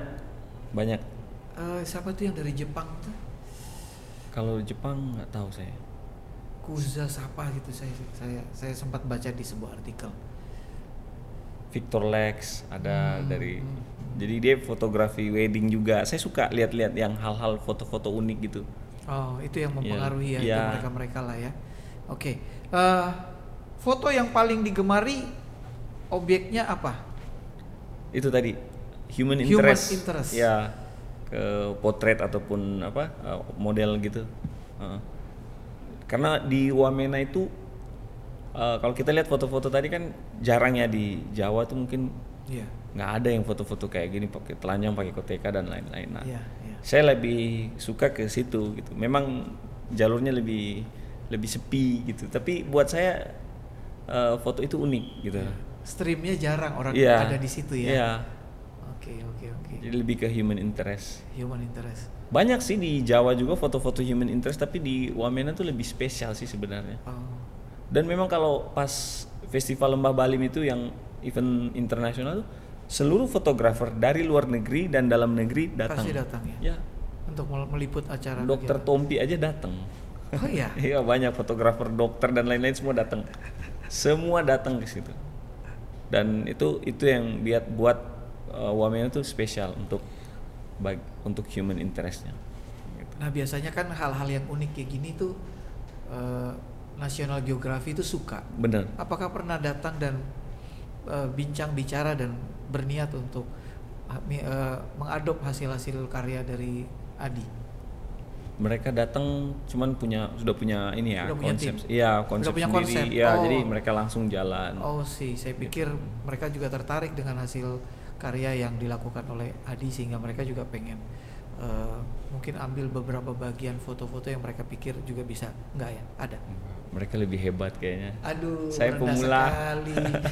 Siapa tuh yang dari Jepang tuh? Kalau Jepang nggak tahu saya. Kuza siapa gitu, saya sempat baca di sebuah artikel. Victor Lex ada dari. Jadi dia fotografi wedding juga. Saya suka lihat-lihat yang hal-hal foto-foto unik gitu. Oh, itu yang mempengaruhi Iya. itu mereka lah ya. Oke. Foto yang paling digemari objeknya apa? Itu tadi human interest. Ya, ke potret ataupun model gitu. Karena di Wamena itu kalau kita lihat foto-foto tadi kan jarang ya, di Jawa tuh mungkin nggak ada yang foto-foto kayak gini pakai telanjang, pakai koteka dan lain-lain. Nah, saya lebih suka ke situ gitu. Memang jalurnya lebih sepi gitu. Tapi buat saya foto itu unik gitu. Streamnya jarang orang ada di situ ya. Iya. Oke. Jadi lebih ke human interest. Human interest. Banyak sih di Jawa juga foto-foto human interest, tapi di Wamena tuh lebih spesial sih sebenarnya. Dan memang kalau pas festival Lembah Balim itu yang event internasional tuh, seluruh fotografer dari luar negeri dan dalam negeri datang. Pasti datang ya. Ya. Untuk meliput acara. Dokter Tompi aja datang. Oh iya. Iya, banyak fotografer, dokter dan lain-lain semua datang. Semua datang ke situ. Dan itu yang buat Wamena tuh spesial untuk human interestnya. Gitu. Nah, biasanya kan hal-hal yang unik kayak gini tuh National Geography itu suka. Bener. Apakah pernah datang dan bicara dan berniat untuk mengadop hasil-hasil karya dari Adi? mereka datang cuman sudah punya ini ya, Sudah punya konsep. tim. Iya, konsep Sudah punya sendiri. konsep. Iya, Oh. jadi mereka langsung jalan. Oh sih, saya pikir mereka juga tertarik dengan hasil karya yang dilakukan oleh Adi sehingga mereka juga pengen mungkin ambil beberapa bagian foto-foto yang mereka pikir juga bisa. Enggak ya? Ada. Mereka lebih hebat kayaknya. Aduh, Saya rendah pemula. sekali.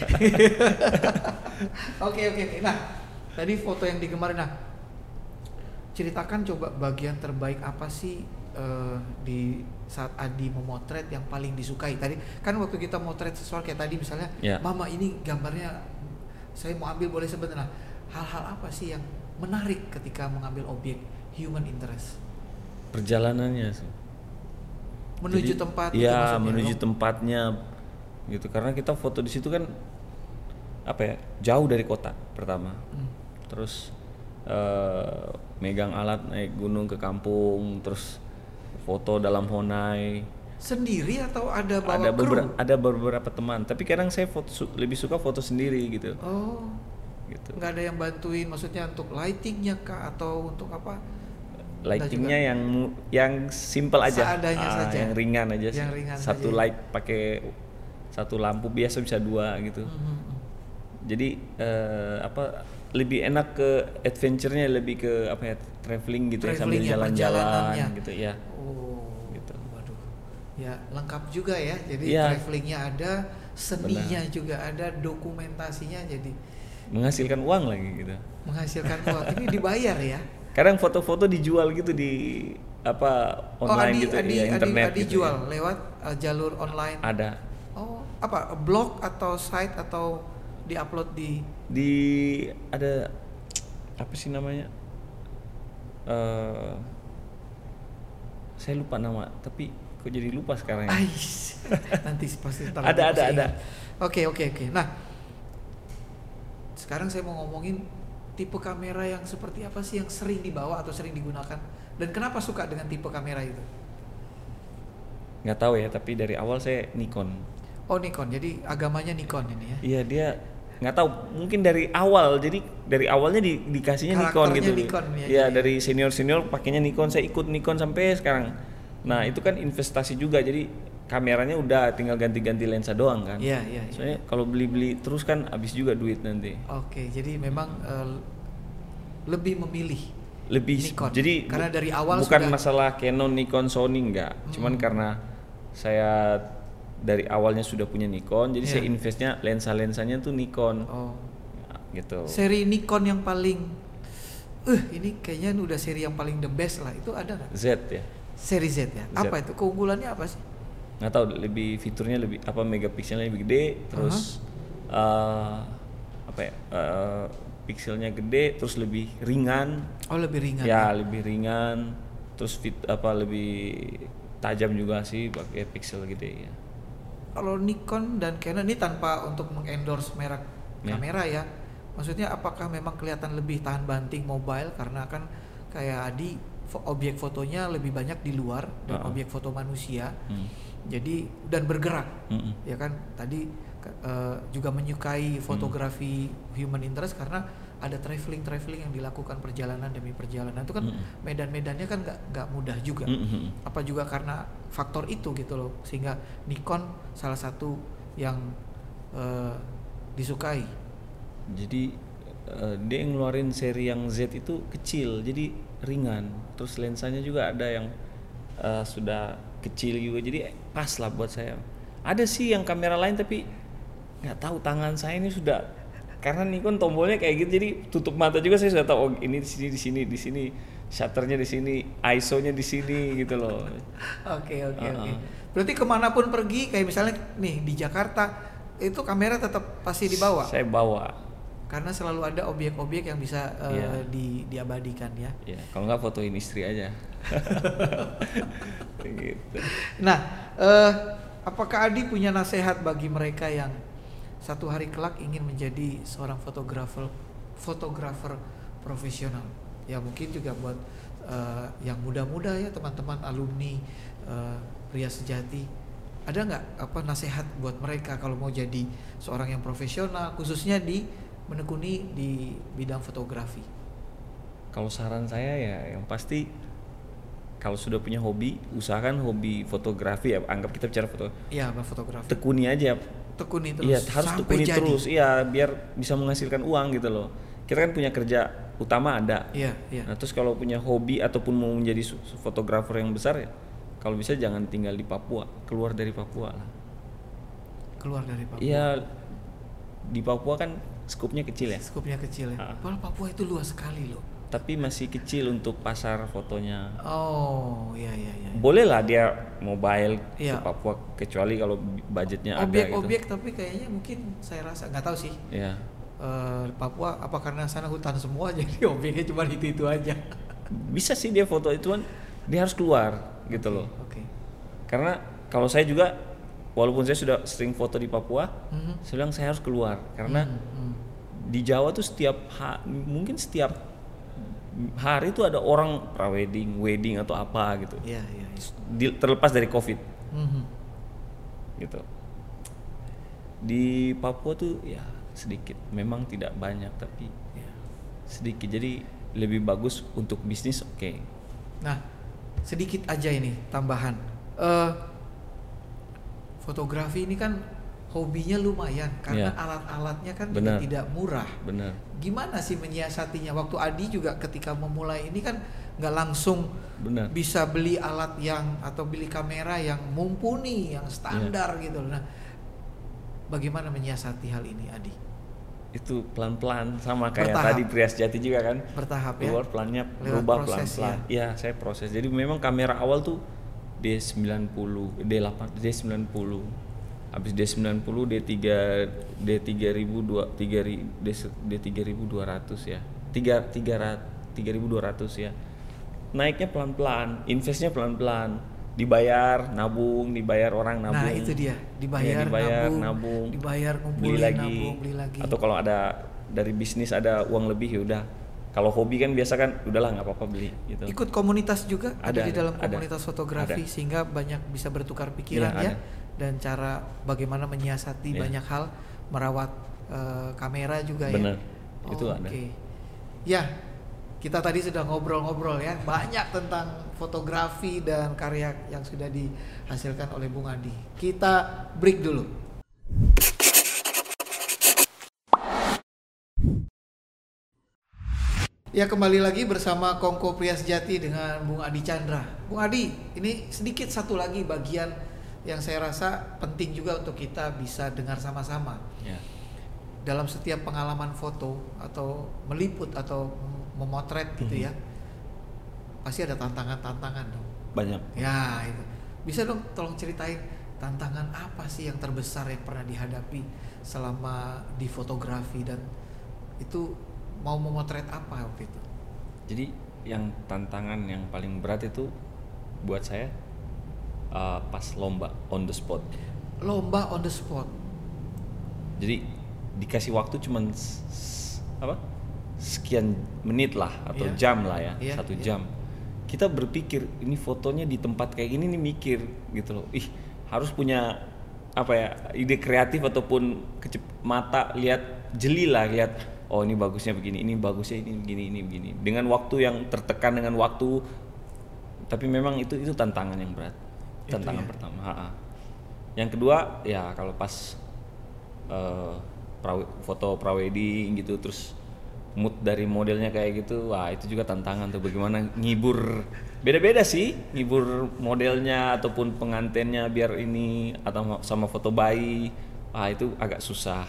Oke. Nah, tadi foto yang digemari. Nah, ceritakan coba bagian terbaik apa sih di saat Adi memotret yang paling disukai. Tadi kan waktu kita motret sesuatu kayak tadi misalnya, Ya. Mama ini gambarnya saya mau ambil boleh sebentar. Nah, hal-hal apa sih yang menarik ketika mengambil objek human interest? Perjalanannya sih. Menuju Jadi, tempat itu iya, maksudnya, menuju dong? tempatnya gitu. Karena kita foto di situ kan apa ya, jauh dari kota pertama. Terus megang alat naik gunung ke kampung, terus foto dalam Honai. Sendiri atau ada bawa kru? Ada beberapa teman, tapi kadang saya lebih suka foto sendiri gitu. Oh, Gitu. nggak ada yang bantuin, maksudnya untuk lightingnya kah atau untuk apa? Lightingnya yang simple aja, Seadanya saja. yang ringan aja sih. Yang ringan Satu saja. light pakai satu lampu, biasa bisa 2 gitu. Jadi lebih enak ke adventure-nya, lebih ke apa ya, traveling gitu ya, sambil Traveling-nya, jalan-jalan perjalanannya. gitu ya. Oh, Gitu. waduh, ya lengkap juga ya. Jadi Iya. travelingnya ada, seninya juga ada, dokumentasinya jadi Menghasilkan uang lagi gitu. menghasilkan uang. Ini dibayar ya? Kadang foto-foto dijual gitu di online gitu, ya, internet Adi gitu. jual Ya. lewat jalur online. Ada Oh, apa blog atau site atau diupload di ada apa sih namanya? Saya lupa nama, tapi kok jadi lupa sekarang ya? Ais. Nanti pasti ntar Ada, aku ada. ingat. Oke. Nah, sekarang saya mau ngomongin tipe kamera yang seperti apa sih yang sering dibawa atau sering digunakan, dan kenapa suka dengan tipe kamera itu? Nggak tahu ya, tapi dari awal saya Nikon. Oh, Nikon. Jadi agamanya Nikon ini ya. Iya, dia nggak tahu, mungkin dari awal, jadi dari awalnya dikasihnya Nikon Karakternya gitu. Nikon ya, Iya, jadi. dari senior pakainya Nikon, saya ikut Nikon sampai sekarang. Nah, itu kan investasi juga, jadi kameranya udah tinggal ganti-ganti lensa doang kan. Iya. Soalnya kalau beli-beli terus kan habis juga duit nanti. Oke, jadi memang lebih memilih Lebih Nikon. jadi Karena dari awal bukan sudah- masalah Canon, Nikon, Sony enggak. Cuman karena saya dari awalnya sudah punya Nikon, jadi Iya. saya investnya lensa-lensanya tuh Nikon. Oh, Gitu. seri Nikon yang paling ini kayaknya udah seri yang paling the best lah. Itu ada nggak? Z ya. Seri Z ya. Z. Apa itu? Keunggulannya apa sih? Nggak tahu, lebih fiturnya lebih apa, megapikselnya lebih gede, terus pikselnya gede, terus lebih ringan. Oh, lebih ringan. Ya, lebih ringan. Terus lebih tajam juga sih pakai piksel gede ya. Kalau Nikon dan Canon ini tanpa untuk mengendorse merek Ya. kamera ya. Maksudnya apakah memang kelihatan lebih tahan banting mobile karena kan kayak Adi objek fotonya lebih banyak di luar dan objek foto manusia. Jadi dan bergerak. Ya kan tadi juga menyukai fotografi human interest karena ada traveling yang dilakukan perjalanan demi perjalanan. Itu kan medan-medannya kan nggak mudah juga. Apa juga karena faktor itu gitu loh, sehingga Nikon salah satu yang disukai. Jadi dia yang ngeluarin seri yang Z itu kecil, jadi ringan. Terus lensanya juga ada yang sudah kecil juga, jadi pas lah buat saya. Ada sih yang kamera lain tapi nggak tahu, tangan saya ini sudah, karena Nikon tombolnya kayak gitu, jadi tutup mata juga saya sudah tahu, oh ini di sini, shutternya di sini, ISO-nya di sini gitu loh. Oke. Berarti kemanapun pergi, kayak misalnya nih di Jakarta, itu kamera tetap pasti dibawa. Saya bawa. Karena selalu ada objek-objek yang bisa Iya. diabadikan ya. Ya, kalau nggak fotoin istri aja. Gitu. Nah, apakah Adi punya nasihat bagi mereka yang satu hari kelak ingin menjadi seorang fotografer profesional? Ya mungkin juga buat yang muda-muda ya, teman-teman alumni Pria Sejati. Ada nggak nasihat buat mereka kalau mau jadi seorang yang profesional, khususnya menekuni di bidang fotografi? Kalau saran saya ya yang pasti kalau sudah punya hobi, usahakan hobi fotografi ya, anggap kita bicara foto. Iya, fotografi. Tekuni aja. Tekuni terus. Iya, harus sampai tekuni jadi. terus. Iya, biar bisa menghasilkan uang gitu loh. Kita kan punya kerja utama ada. Iya. Nah, terus kalau punya hobi ataupun mau menjadi fotografer yang besar ya, kalau bisa jangan tinggal di Papua, keluar dari Papua lah. Keluar dari Papua. Iya, di Papua kan skupnya kecil ya. Skupnya kecil ya. Padahal Papua itu luas sekali loh. Tapi masih kecil untuk pasar fotonya. Oh, iya. Boleh lah dia mobile Iya. ke Papua, kecuali kalau budgetnya ada gitu. Objek tapi kayaknya mungkin saya rasa nggak tahu sih. Iya. Papua apa karena sana hutan semua jadi objeknya cuma itu aja. Bisa sih dia foto itu kan, dia harus keluar gitu loh. Oke. Karena kalau saya juga, walaupun saya sudah sering foto di Papua, saya bilang saya harus keluar karena di Jawa tuh mungkin setiap hari itu ada orang prawedding, wedding atau apa gitu. Iya. Terlepas dari COVID. Gitu. Di Papua tuh ya sedikit, memang tidak banyak tapi ya sedikit. Jadi lebih bagus untuk bisnis oke. Nah, sedikit aja ini tambahan. Fotografi ini kan hobinya lumayan karena alat-alatnya kan juga tidak murah. Benar. Gimana sih menyiasatinya? Waktu Adi juga ketika memulai ini kan nggak langsung bisa beli alat atau beli kamera yang mumpuni, yang standar gitu. Nah, bagaimana menyiasati hal ini, Adi? Itu pelan-pelan sama kayak tadi Pria Sejati juga kan. Bertahap ya. Keluar pelannya, berubah pelan-pelan. Iya, saya proses. Jadi memang kamera awal tuh D90, D8, D90. Habis D90, D3200 ya. 3200 ya. Naiknya pelan-pelan, investnya pelan-pelan. Dibayar, nabung, dibayar orang nabung. Nah, itu dia. Dibayar nabung, dibayar ngumpulin, beli lagi. Atau kalau ada dari bisnis ada uang lebih ya udah. Kalau hobi kan biasa kan udahlah nggak apa-apa beli gitu. Ikut komunitas juga ada di dalam ada, komunitas fotografi ada. sehingga banyak bisa bertukar pikiran ya. Dan cara bagaimana menyiasati banyak hal, merawat kamera juga. Bener. Ya. Itu ada. Ya, kita tadi sudah ngobrol-ngobrol ya, banyak tentang fotografi dan karya yang sudah dihasilkan oleh Bung Adi. Kita break dulu. Ya, kembali lagi bersama Kongko Pria Sejati dengan Bung Adi Chandra. Bung Adi, ini sedikit satu lagi bagian yang saya rasa penting juga untuk kita bisa dengar sama-sama. Ya. Dalam setiap pengalaman foto atau meliput atau memotret gitu ya, pasti ada tantangan-tantangan dong. Banyak. Ya, itu. Bisa dong tolong ceritain tantangan apa sih yang terbesar yang pernah dihadapi selama di fotografi, dan itu mau memotret apa waktu itu? Jadi yang tantangan yang paling berat itu buat saya pas lomba on the spot. Lomba on the spot. Jadi dikasih waktu cuman sekian menit lah atau jam lah ya, 1 jam. Kita berpikir ini fotonya di tempat kayak gini nih, mikir gitu loh. Harus punya ide kreatif ataupun mata lihat jeli lah, lihat oh ini bagusnya begini, ini bagusnya ini begini. Dengan waktu yang tertekan dengan waktu. Tapi memang itu tantangan yang berat. Tantangan pertama. Yang kedua ya kalau pas foto prawedding gitu, terus mood dari modelnya kayak gitu, wah itu juga tantangan tuh, bagaimana ngibur. Beda-beda sih ngibur modelnya ataupun pengantinnya biar ini, atau sama foto bayi. Wah itu agak susah.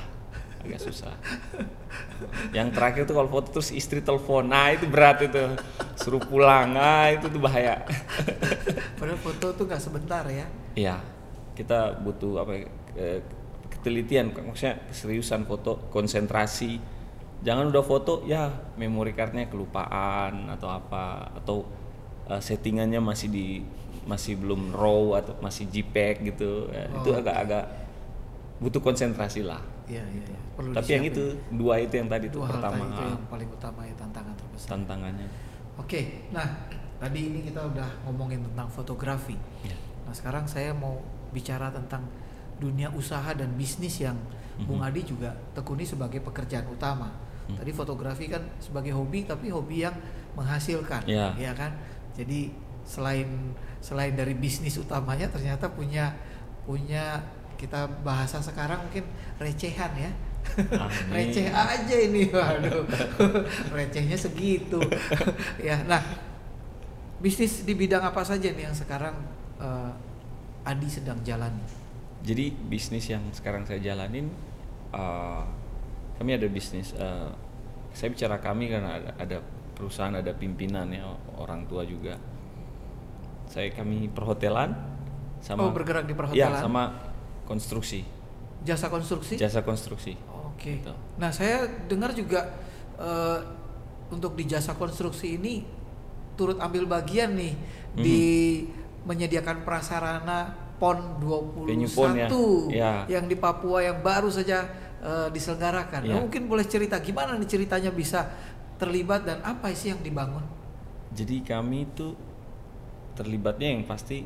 Yang terakhir tuh kalau foto terus istri telepon, nah itu berat itu, suruh pulang, itu tuh bahaya. Padahal foto tuh nggak sebentar ya. Iya, kita butuh ketelitian, maksudnya keseriusan foto, konsentrasi. Jangan udah foto ya memory cardnya kelupaan atau apa, atau settingannya masih belum RAW atau masih JPEG gitu. Itu agak butuh konsentrasi lah. Iya. Tapi yang itu dua itu yang tadi itu pertama. Itu yang paling utama ya, tantangan terbesar. Tantangannya. Oke, nah tadi ini kita udah ngomongin tentang fotografi. Ya. Nah sekarang saya mau bicara tentang dunia usaha dan bisnis yang Bung Adi juga tekuni sebagai pekerjaan utama. Tadi fotografi kan sebagai hobi, tapi hobi yang menghasilkan, ya kan. Jadi selain dari bisnis utamanya ternyata punya kita bahasa sekarang mungkin recehan ya. Receh aja ini, waduh. Recehnya segitu. Ya, nah, bisnis di bidang apa saja nih yang sekarang Adi sedang jalani? Jadi bisnis yang sekarang saya jalanin, kami ada bisnis. Saya bicara kami karena ada perusahaan, ada pimpinan ya, orang tua juga. Kami perhotelan, sama bergerak di perhotelan. Ya, sama konstruksi. Jasa konstruksi? Jasa konstruksi. Oke. Gitu. Nah, saya dengar juga untuk di jasa konstruksi ini turut ambil bagian nih di menyediakan prasarana PON 21 Venue PON, ya. yang di Papua yang baru saja diselenggarakan. Ya. Nah, mungkin boleh cerita gimana nih ceritanya bisa terlibat dan apa sih yang dibangun? Jadi kami itu terlibatnya yang pasti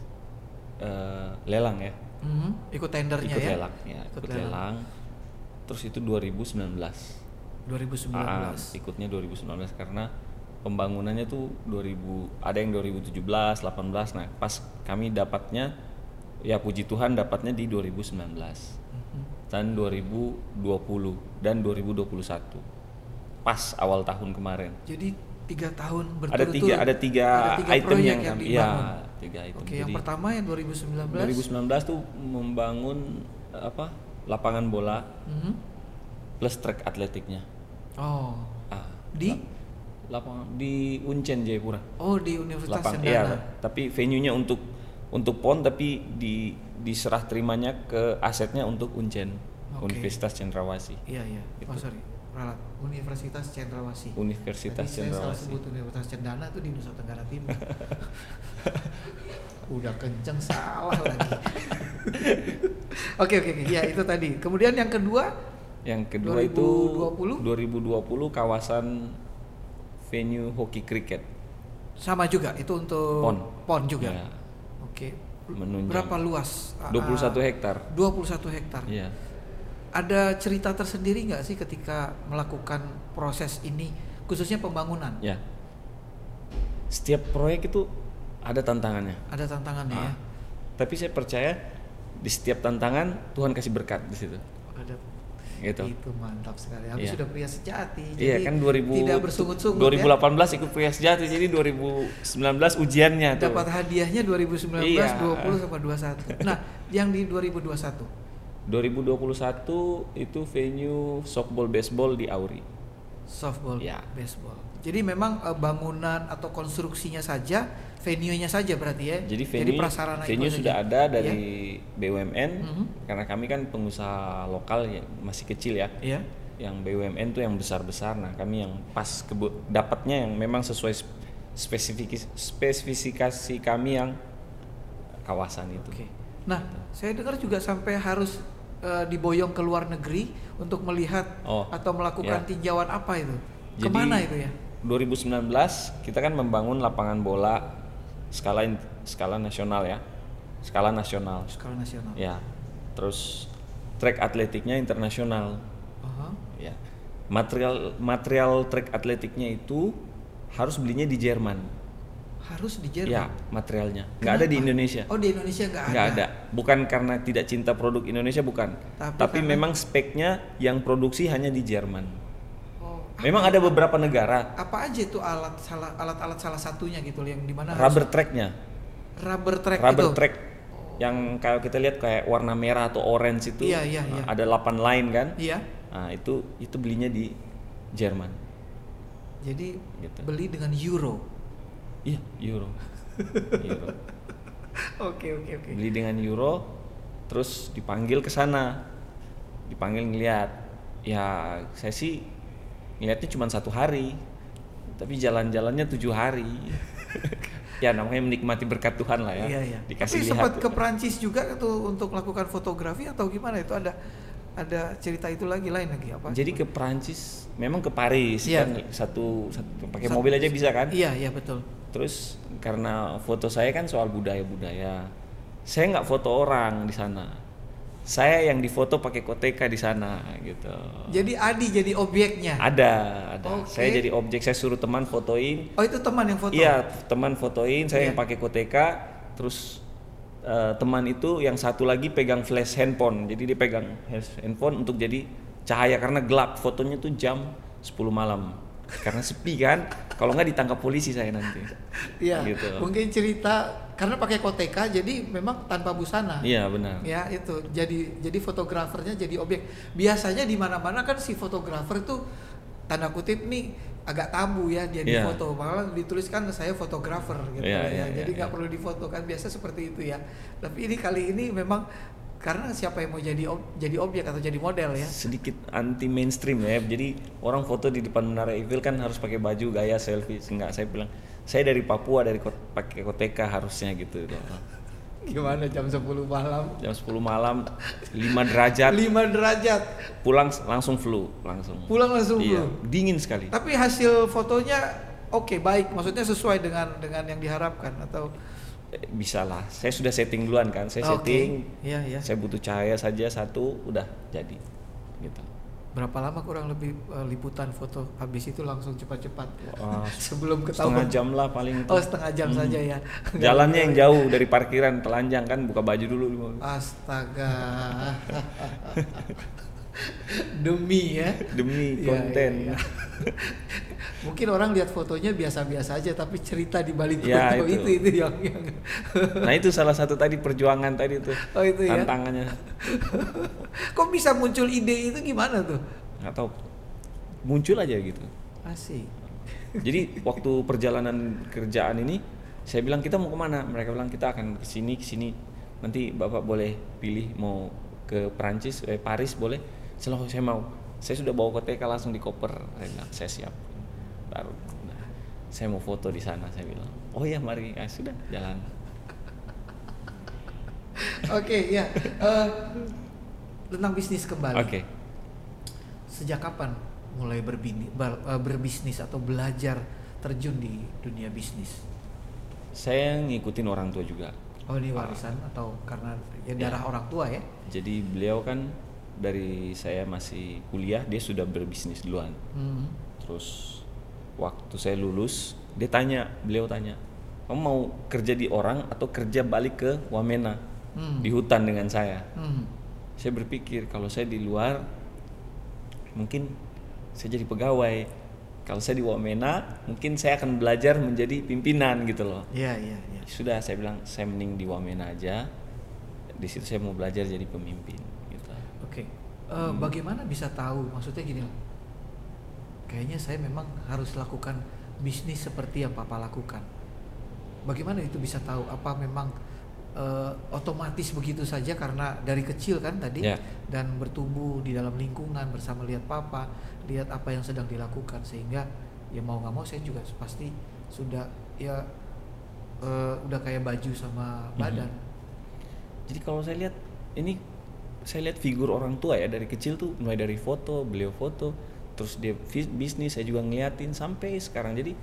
lelang ya. Ikut tendernya ikut ya? Lelang, ya. Ikut lelang. Terus itu 2019. 2019. Ikutnya 2019 karena pembangunannya tuh ada yang 2017, 18. Nah, pas kami dapatnya, ya puji Tuhan dapatnya di 2019. Dan 2020 dan 2021. Pas awal tahun kemarin. Jadi 3 tahun berturut-turut. Ada tiga item yang kami, dibangun. ya 3 item. Oke, yang pertama yang 2019. 2019 tuh membangun lapangan bola plus track atletiknya. Oh. Di lapangan di Uncen Jayapura. Oh, di Universitas Cendana. Iya, tapi venue-nya untuk PON tapi diserah terimanya ke asetnya untuk Uncen. Universitas Cendrawasih. Iya. Oh, sorry. Ralat. Universitas Cendrawasih. Universitas Tadi saya salah Cendrawasih. sebut Universitas Cendana itu di Nusa Tenggara Timur. Udah kenceng salah lagi. Oke. Ya, itu tadi. Kemudian yang kedua? Yang kedua 2020? Itu 2020 kawasan venue hoki kriket. Sama juga itu untuk PON juga. Ya. Oke. Menunjang. Berapa luas? 21 hektar. 21 hektar. Iya. Ada cerita tersendiri nggak sih ketika melakukan proses ini, khususnya pembangunan? Ya. Setiap proyek itu ada tantangannya. Ada tantangannya ya. Tapi saya percaya di setiap tantangan Tuhan kasih berkat di situ. Ada. Gitu. Itu mantap sekali. Habis sudah pria sejati. Iya, jadi kan 2000 tidak bersungut-sungut 2018 ikut pria sejati, jadi 2019 ujiannya tuh. Dapat hadiahnya 2019, 20 sama 21. Nah, yang di 2021 itu venue softball baseball di Auri. Softball, ya. Baseball. Jadi memang bangunan atau konstruksinya saja, venue-nya saja berarti ya. Jadi prasarana venue itu sudah saja. ada dari BUMN, karena kami kan pengusaha lokal ya, masih kecil ya. Iya. Yang BUMN tuh yang besar-besar. Nah, kami yang pas dapatnya yang memang sesuai spesifikasi kami yang kawasan itu. Oke. Nah, saya dengar juga sampai harus diboyong ke luar negeri untuk melihat atau melakukan tinjauan apa itu? Jadi, kemana itu ya? 2019 kita kan membangun lapangan bola skala nasional ya, skala nasional. Ya, terus track atletiknya internasional. Ya, material track atletiknya itu harus belinya di Jerman. Harus di Jerman? Ya, materialnya. Nggak ada di Indonesia. Oh, di Indonesia nggak ada. Bukan karena tidak cinta produk Indonesia, bukan. Tapi memang speknya yang produksi hanya di Jerman. Oh, memang ada beberapa negara. Apa aja itu alat-alat salah satunya gitu yang dimana? Rubber tracknya. Rubber track yang kalau kita lihat kayak warna merah atau orange itu. Iya. Ada 8 line kan? Iya. Nah, itu belinya di Jerman. Jadi gitu. Beli dengan euro. Iya, euro. Oke. Beli dengan euro, terus dipanggil ke sana, dipanggil ngeliat. Ya, saya sih ngeliatnya cuma 1 hari, tapi jalan-jalannya 7 hari. Ya, namanya menikmati berkat Tuhan lah ya. Iya. Dikasih tapi lihat. sempat ke Prancis juga tuh untuk melakukan fotografi atau gimana itu ada cerita itu lain lagi apa? Jadi ke Prancis, memang ke Paris kan satu pakai mobil aja bisa kan? Iya betul. Terus karena foto saya kan soal budaya-budaya, saya nggak foto orang di sana. Saya yang difoto pakai koteka di sana gitu. Jadi Adi jadi objeknya. Ada. Oke. Saya jadi objek, saya suruh teman fotoin. Oh, itu teman yang foto. Iya, teman fotoin, saya Iya. yang pakai koteka, terus teman itu yang satu lagi pegang flash handphone. Jadi dia pegang handphone untuk jadi cahaya karena gelap. Fotonya tuh jam 10 malam. Karena sepi kan. Kalau nggak ditangkap polisi saya nanti. Iya. Gitu. Mungkin cerita karena pakai koteka jadi memang tanpa busana. Iya, benar. Ya itu jadi fotografernya jadi objek. Biasanya di mana-mana kan si fotografer itu tanda kutip nih agak tabu ya dia Iya. difoto, malah dituliskan saya fotografer gitu Iya, ya. iya, Jadi iya, nggak iya. perlu difoto kan biasa seperti itu ya. Tapi ini kali ini memang karena siapa yang mau jadi objek atau jadi model ya. Sedikit anti mainstream ya. Jadi orang foto di depan Menara Eiffel kan harus pakai baju gaya selfie. Enggak, saya bilang saya dari Papua pakai koteka harusnya gitu loh. Gimana jam 10 malam? Jam 10 malam 5 derajat 5 derajat. pulang langsung flu langsung. Pulang langsung Iya, flu. dingin sekali. Tapi hasil fotonya oke, baik, maksudnya sesuai dengan yang diharapkan atau Bisa lah. Saya sudah setting duluan kan. Saya Oke. setting. Iya, iya. Saya butuh cahaya saja satu udah jadi. Gitu. Berapa lama kurang lebih liputan foto habis itu langsung cepat-cepat Wah, sebelum setengah ketahuan. jam lah paling itu. Oh, setengah jam saja ya. Jalannya yang jauh dari parkiran telanjang kan, buka baju dulu. Astaga. Demi ya. Demi Iya, konten. iya, iya. Mungkin orang lihat fotonya biasa-biasa aja tapi cerita di balik Ya, foto itu. itu yang Nah itu salah satu tadi perjuangan tadi tuh. Oh, itu ya. Tantangannya. Kok bisa muncul ide itu gimana tuh? Nggak tahu. Muncul aja gitu. Asik. Jadi waktu perjalanan kerjaan ini saya bilang kita mau kemana? Mereka bilang kita akan ke sini. Nanti Bapak boleh pilih mau ke Perancis, Paris boleh. Selalu saya mau. Saya sudah bawa koteka langsung di koper. Saya bilang saya siap. Baru nah, saya mau foto di sana, saya bilang. Oh ya mari, sudah jalan. Oke, ya. Tentang bisnis kembali. Oke. Sejak kapan mulai berbisnis atau belajar terjun di dunia bisnis? Saya ngikutin orang tua juga. Oh, ini warisan atau karena ya darah orang tua ya? Jadi beliau kan dari saya masih kuliah dia sudah berbisnis duluan. Terus waktu saya lulus beliau tanya, kamu mau kerja di orang atau kerja balik ke Wamena di hutan dengan saya? Saya berpikir kalau saya di luar mungkin saya jadi pegawai, kalau saya di Wamena mungkin saya akan belajar menjadi pimpinan gitu loh. Iya. Sudah saya bilang saya mending di Wamena aja, di situ saya mau belajar jadi pemimpin gitu. Oke. Bagaimana bisa tahu? Maksudnya gini loh. Kayaknya saya memang harus lakukan bisnis seperti yang Papa lakukan. Bagaimana itu bisa tahu? Apa memang otomatis begitu saja karena dari kecil kan tadi Ya. dan bertumbuh di dalam lingkungan bersama lihat Papa, lihat apa yang sedang dilakukan sehingga ya mau nggak mau saya juga pasti sudah ya udah kayak baju sama badan. Jadi kalau saya lihat ini, saya lihat figur orang tua ya dari kecil tuh, mulai dari foto, beliau foto, terus dia bisnis saya juga ngeliatin sampai sekarang. Jadi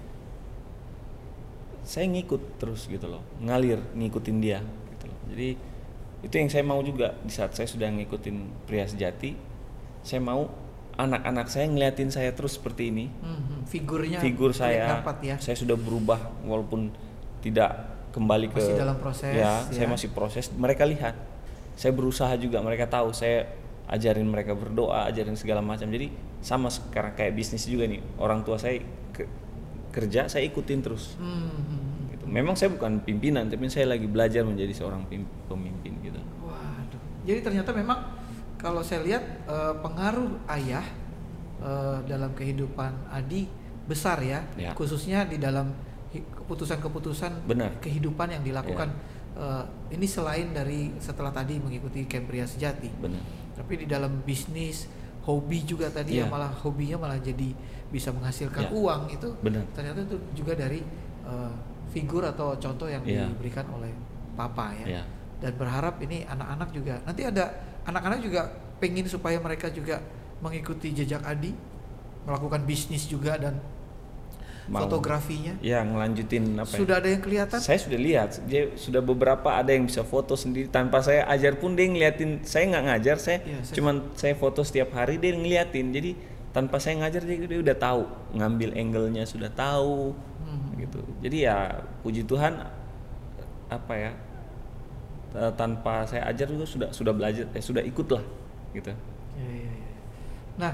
saya ngikut terus gitu loh, ngalir ngikutin dia gitu loh. Jadi itu yang saya mau juga di saat saya sudah ngikutin Pria Sejati, saya mau anak-anak saya ngeliatin saya terus seperti ini. Figur saya, dapat ya. saya sudah berubah walaupun tidak kembali ke Masih dalam proses, ya, ya. saya masih proses. Mereka lihat saya berusaha juga, mereka tahu saya ajarin mereka berdoa, ajarin segala macam. Jadi sama sekarang kayak bisnis juga nih, orang tua saya kerja saya ikutin terus. Gitu. Memang saya bukan pimpinan, tapi saya lagi belajar menjadi seorang pemimpin gitu. Waduh. Jadi ternyata memang kalau saya lihat pengaruh ayah dalam kehidupan Adi besar ya, Ya. khususnya di dalam keputusan-keputusan Benar. kehidupan yang dilakukan. Ini selain dari setelah tadi mengikuti Camp Pria Sejati, Benar. tapi di dalam bisnis, hobi juga tadi Ya. ya, malah hobinya malah jadi bisa menghasilkan Ya. uang itu. Benar. Ternyata itu juga dari figur atau contoh yang Ya. diberikan oleh Papa ya. Ya. Dan berharap ini anak-anak juga nanti ada anak-anak juga pengen supaya mereka juga mengikuti jejak Adi, melakukan bisnis juga dan fotografinya. Ya, ngelanjutin apa Sudah ada yang kelihatan? Saya sudah lihat, dia sudah beberapa ada yang bisa foto sendiri tanpa saya ajar pun dia ngeliatin. Saya nggak ngajar, cuman saya foto setiap hari dia ngeliatin. Jadi tanpa saya ngajar dia udah tahu, ngambil angle-nya sudah tahu, gitu. Jadi ya puji Tuhan apa ya, tanpa saya ajar juga sudah belajar, sudah ikut lah, gitu. Ya. Nah,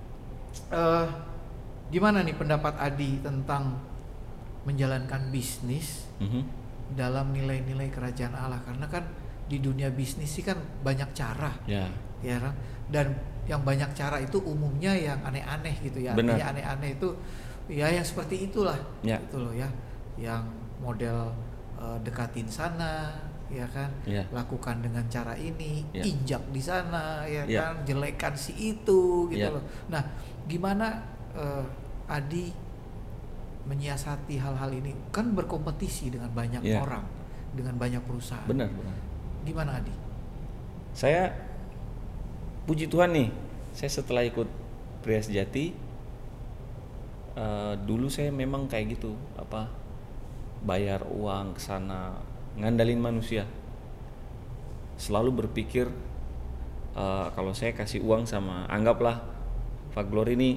gimana nih pendapat Adi tentang menjalankan bisnis dalam nilai-nilai kerajaan Allah? Karena kan di dunia bisnis sih kan banyak cara, ya kan? Dan yang banyak cara itu umumnya yang aneh-aneh gitu ya. Benar. Artinya aneh-aneh itu ya yang seperti itulah, gitu loh ya, yang model dekatin sana, ya kan, lakukan dengan cara ini, injak di sana, ya kan, jelekan si itu, gitu loh. Nah, gimana Adi menyiasati hal-hal ini? Kan berkompetisi dengan banyak orang, dengan banyak perusahaan. Benar. Gimana Adi? Saya puji Tuhan nih, saya setelah ikut Pria Sejati, dulu saya memang kayak gitu, bayar uang ke sana, ngandalin manusia. Selalu berpikir kalau saya kasih uang sama, anggaplah Pak Glory ini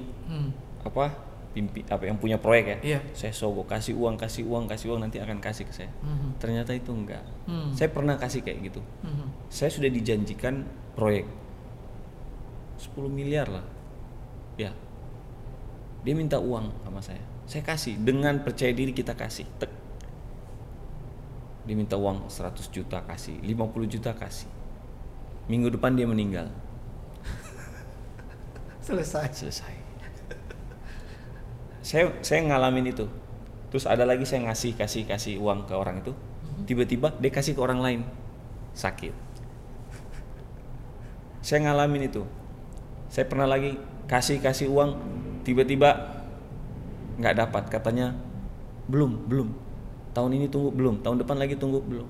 yang punya proyek ya, saya sogok kasih uang nanti akan kasih ke saya. Ternyata itu enggak. Saya pernah kasih kayak gitu. Saya sudah dijanjikan proyek 10 miliar lah, ya. Dia minta uang sama saya kasih dengan percaya diri, kita kasih. Dia minta uang 100 juta kasih, 50 juta kasih. Minggu depan dia meninggal. Selesai. Saya ngalamin itu. Terus ada lagi saya kasih uang ke orang itu. Tiba-tiba dia kasih ke orang lain, sakit. Saya ngalamin itu. Saya pernah lagi kasih uang, tiba-tiba nggak dapat, katanya belum. Tahun ini tunggu belum, tahun depan lagi tunggu belum.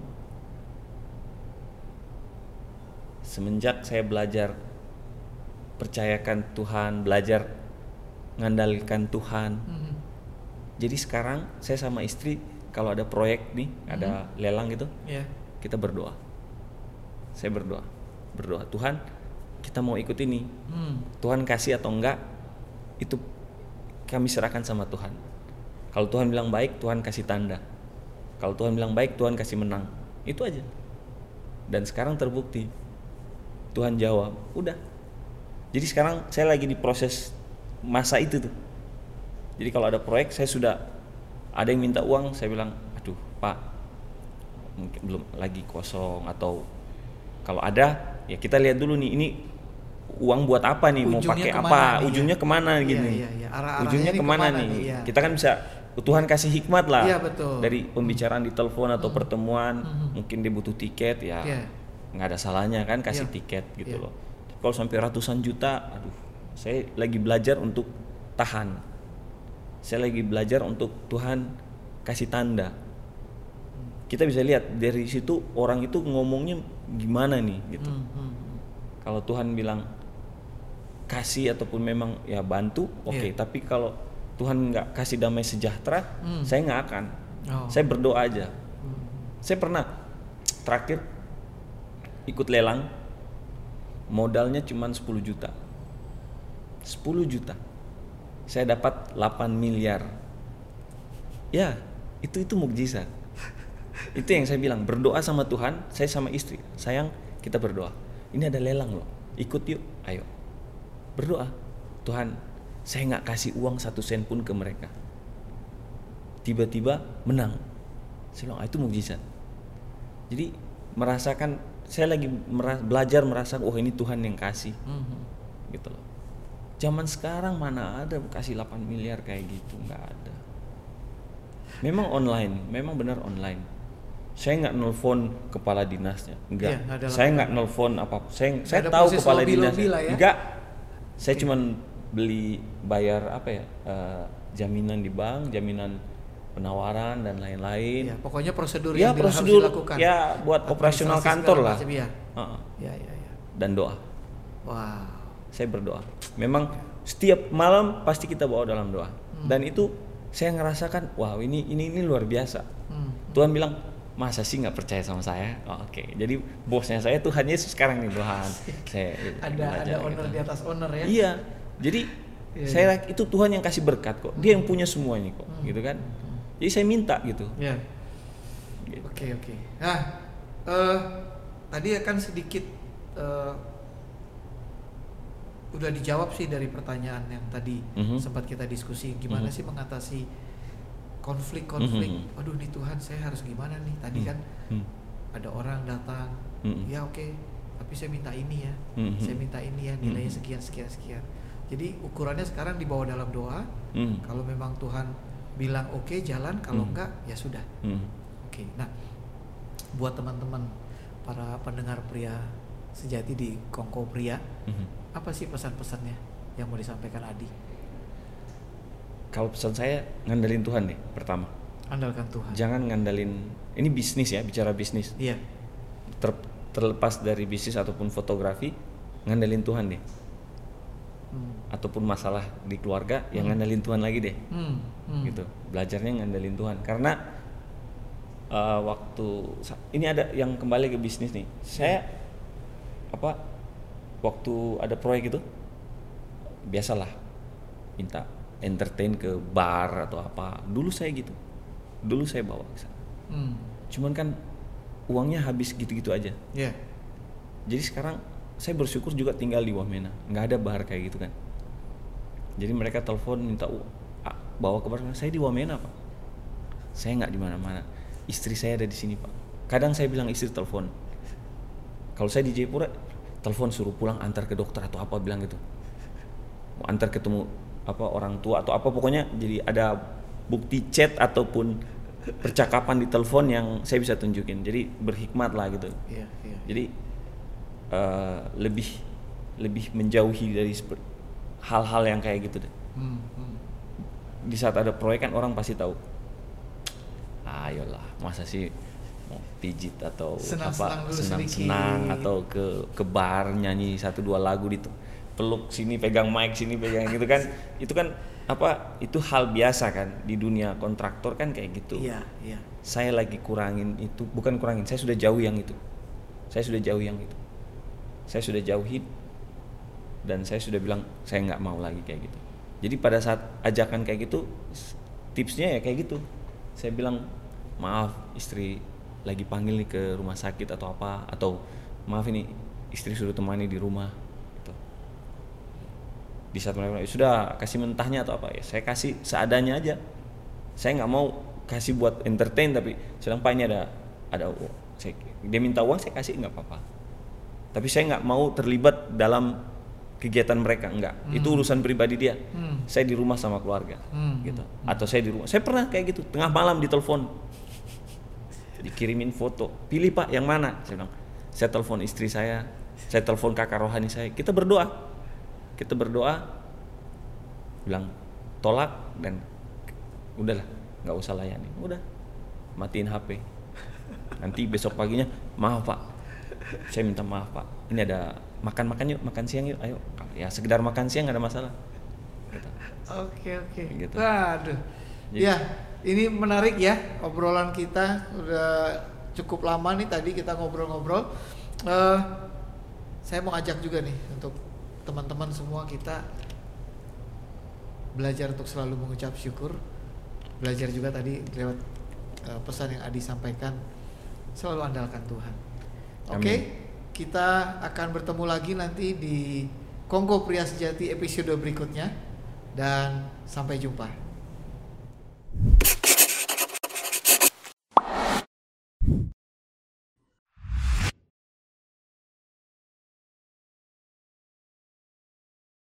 Semenjak saya belajar percayakan Tuhan, belajar ngandalkan Tuhan. Jadi sekarang saya sama istri kalau ada proyek nih, ada lelang gitu, kita berdoa. Saya berdoa, Tuhan, kita mau ikut ini. Tuhan kasih atau enggak, itu kami serahkan sama Tuhan. Kalau Tuhan bilang baik, Tuhan kasih tanda. Kalau Tuhan bilang baik, Tuhan kasih menang. Itu aja. Dan sekarang terbukti Tuhan jawab, udah. Jadi sekarang saya lagi di proses masa itu tuh. Jadi kalau ada proyek, saya sudah ada yang minta uang, saya bilang, aduh Pak, mungkin belum lagi kosong, atau kalau ada ya kita lihat dulu nih, ini uang buat apa nih, mau pakai apa, ujungnya kemana gini. Ujungnya kemana nih? Kita kan bisa, Tuhan kasih hikmat lah, dari pembicaraan di telepon atau pertemuan. Mungkin dia butuh tiket, ya nggak ada salahnya kan kasih tiket gitu loh. Kalau sampai ratusan juta, aduh, saya lagi belajar untuk tahan. Saya lagi belajar untuk Tuhan kasih tanda. Kita bisa lihat dari situ orang itu ngomongnya gimana nih gitu. Kalau Tuhan bilang kasih ataupun memang ya bantu, oke. Tapi kalau Tuhan nggak kasih damai sejahtera, saya nggak akan. Saya berdoa aja. Saya pernah terakhir ikut lelang, modalnya cuma 10 juta. 10 juta. Saya dapat 8 miliar. Ya, itu mukjizat. Itu yang saya bilang, berdoa sama Tuhan. Saya sama istri, sayang, kita berdoa. Ini ada lelang loh, ikut yuk, ayo. Berdoa, Tuhan, saya gak kasih uang 1 sen pun ke mereka. Tiba-tiba menang. Saya bilang, itu mukjizat. Jadi merasakan, saya lagi belajar merasakan, ini Tuhan yang kasih. Gitu loh. Zaman sekarang mana ada kasih 8 miliar kayak gitu, nggak ada. Memang online, memang benar online. Saya nggak nelfon kepala dinasnya, enggak. Saya nggak nelfon apa, saya tahu kepala dinasnya, enggak. Saya cuman bayar jaminan di bank, jaminan penawaran dan lain-lain. Ya, pokoknya prosedur yang harus dilakukan. Ya, buat operasional kantor lah. Dan doa. Saya berdoa. Memang setiap malam pasti kita bawa dalam doa. Dan itu saya ngerasakan, wow ini luar biasa. Tuhan bilang, masa sih nggak percaya sama saya? Oh, oke. Jadi bosnya saya Tuhan Yesus sekarang nih Tuhan. Saya ada owner di atas owner ya. Iya. Jadi saya itu Tuhan yang kasih berkat kok. Dia yang punya semuanya kok, gitu kan. Jadi saya minta gitu. Iya. Gitu. Oke. Nah, tadi akan sedikit udah dijawab sih dari pertanyaan yang tadi sempat kita diskusi, gimana sih mengatasi konflik. Aduh nih Tuhan, saya harus gimana nih? Tadi kan ada orang datang, ya oke, tapi saya minta ini ya, saya minta ini ya, nilainya sekian. Jadi ukurannya sekarang dibawa dalam doa. Kalau memang Tuhan bilang oke, jalan, kalau enggak ya sudah. Oke. Nah, buat teman-teman para pendengar Pria Sejati di Kongko Pria, apa sih pesan-pesannya yang mau disampaikan Adi? Kalau pesan saya, ngandalin Tuhan deh pertama. Andalkan Tuhan. Jangan ngandalin, ini bisnis ya, bicara bisnis. Iya. Terlepas dari bisnis ataupun fotografi, ngandalin Tuhan deh. Ataupun masalah di keluarga, yang ngandalin Tuhan lagi deh. Gitu. Belajarnya ngandalin Tuhan. Karena waktu ini ada yang kembali ke bisnis nih. Saya waktu ada proyek itu, biasalah minta entertain ke bar atau apa. Dulu saya gitu. Dulu saya bawa ke sana. Cuman kan uangnya habis gitu-gitu aja. Iya. Jadi sekarang saya bersyukur juga tinggal di Wamena. Nggak ada bar kayak gitu kan. Jadi mereka telepon minta bawa ke bar. Saya di Wamena, Pak. Saya nggak di mana-mana. Istri saya ada di sini, Pak. Kadang saya bilang istri telepon. Kalau saya di Jayapura, telepon suruh pulang antar ke dokter atau apa, bilang gitu. Mau antar ketemu orang tua atau apa, pokoknya jadi ada bukti chat ataupun percakapan di telepon yang saya bisa tunjukin. Jadi berhikmat lah gitu. Iya. Jadi lebih menjauhi dari hal-hal yang kayak gitu deh. Di saat ada proyek kan orang pasti tahu. Ayolah, masa sih mau pijit atau senang atau ke bar nyanyi 1-2 lagu gitu. Peluk sini, pegang mic sini, pegang gitu kan. Itu kan itu hal biasa kan di dunia kontraktor kan kayak gitu. Iya. Saya lagi kurangin itu, bukan kurangin, saya sudah jauh yang itu. Saya sudah jauhin dan saya sudah bilang saya nggak mau lagi kayak gitu. Jadi pada saat ajakan kayak gitu, tipsnya ya kayak gitu. Saya bilang, maaf istri lagi panggil nih ke rumah sakit atau apa, atau maaf ini istri suruh temani di rumah. Di saat mereka sudah kasih mentahnya atau apa, ya saya kasih seadanya aja. Saya nggak mau kasih buat entertain, tapi sedang Pak ini ada dia minta uang, saya kasih nggak apa-apa. Tapi saya nggak mau terlibat dalam kegiatan mereka, enggak. Itu urusan pribadi dia. Saya di rumah sama keluarga, gitu. Atau saya di rumah. Saya pernah kayak gitu, tengah malam ditelepon, dikirimin foto. Pilih Pak yang mana? Saya bilang, saya telepon istri saya telepon kakak rohani saya. Kita berdoa, bilang tolak dan udahlah, nggak usah layani, udah matiin HP. Nanti besok paginya, maaf Pak, saya minta maaf Pak, ini ada makan yuk, makan siang yuk, ayo. Ya sekedar makan siang nggak ada masalah. Gitu. Oke. Gitu. Waduh. Jadi, ya, ini menarik ya obrolan kita, udah cukup lama nih tadi kita ngobrol-ngobrol. Saya mau ajak juga nih untuk teman-teman semua, kita belajar untuk selalu mengucap syukur. Belajar juga tadi lewat pesan yang Adi sampaikan, selalu andalkan Tuhan. Oke, kita akan bertemu lagi nanti di Kongko Pria Sejati episode berikutnya, dan sampai jumpa.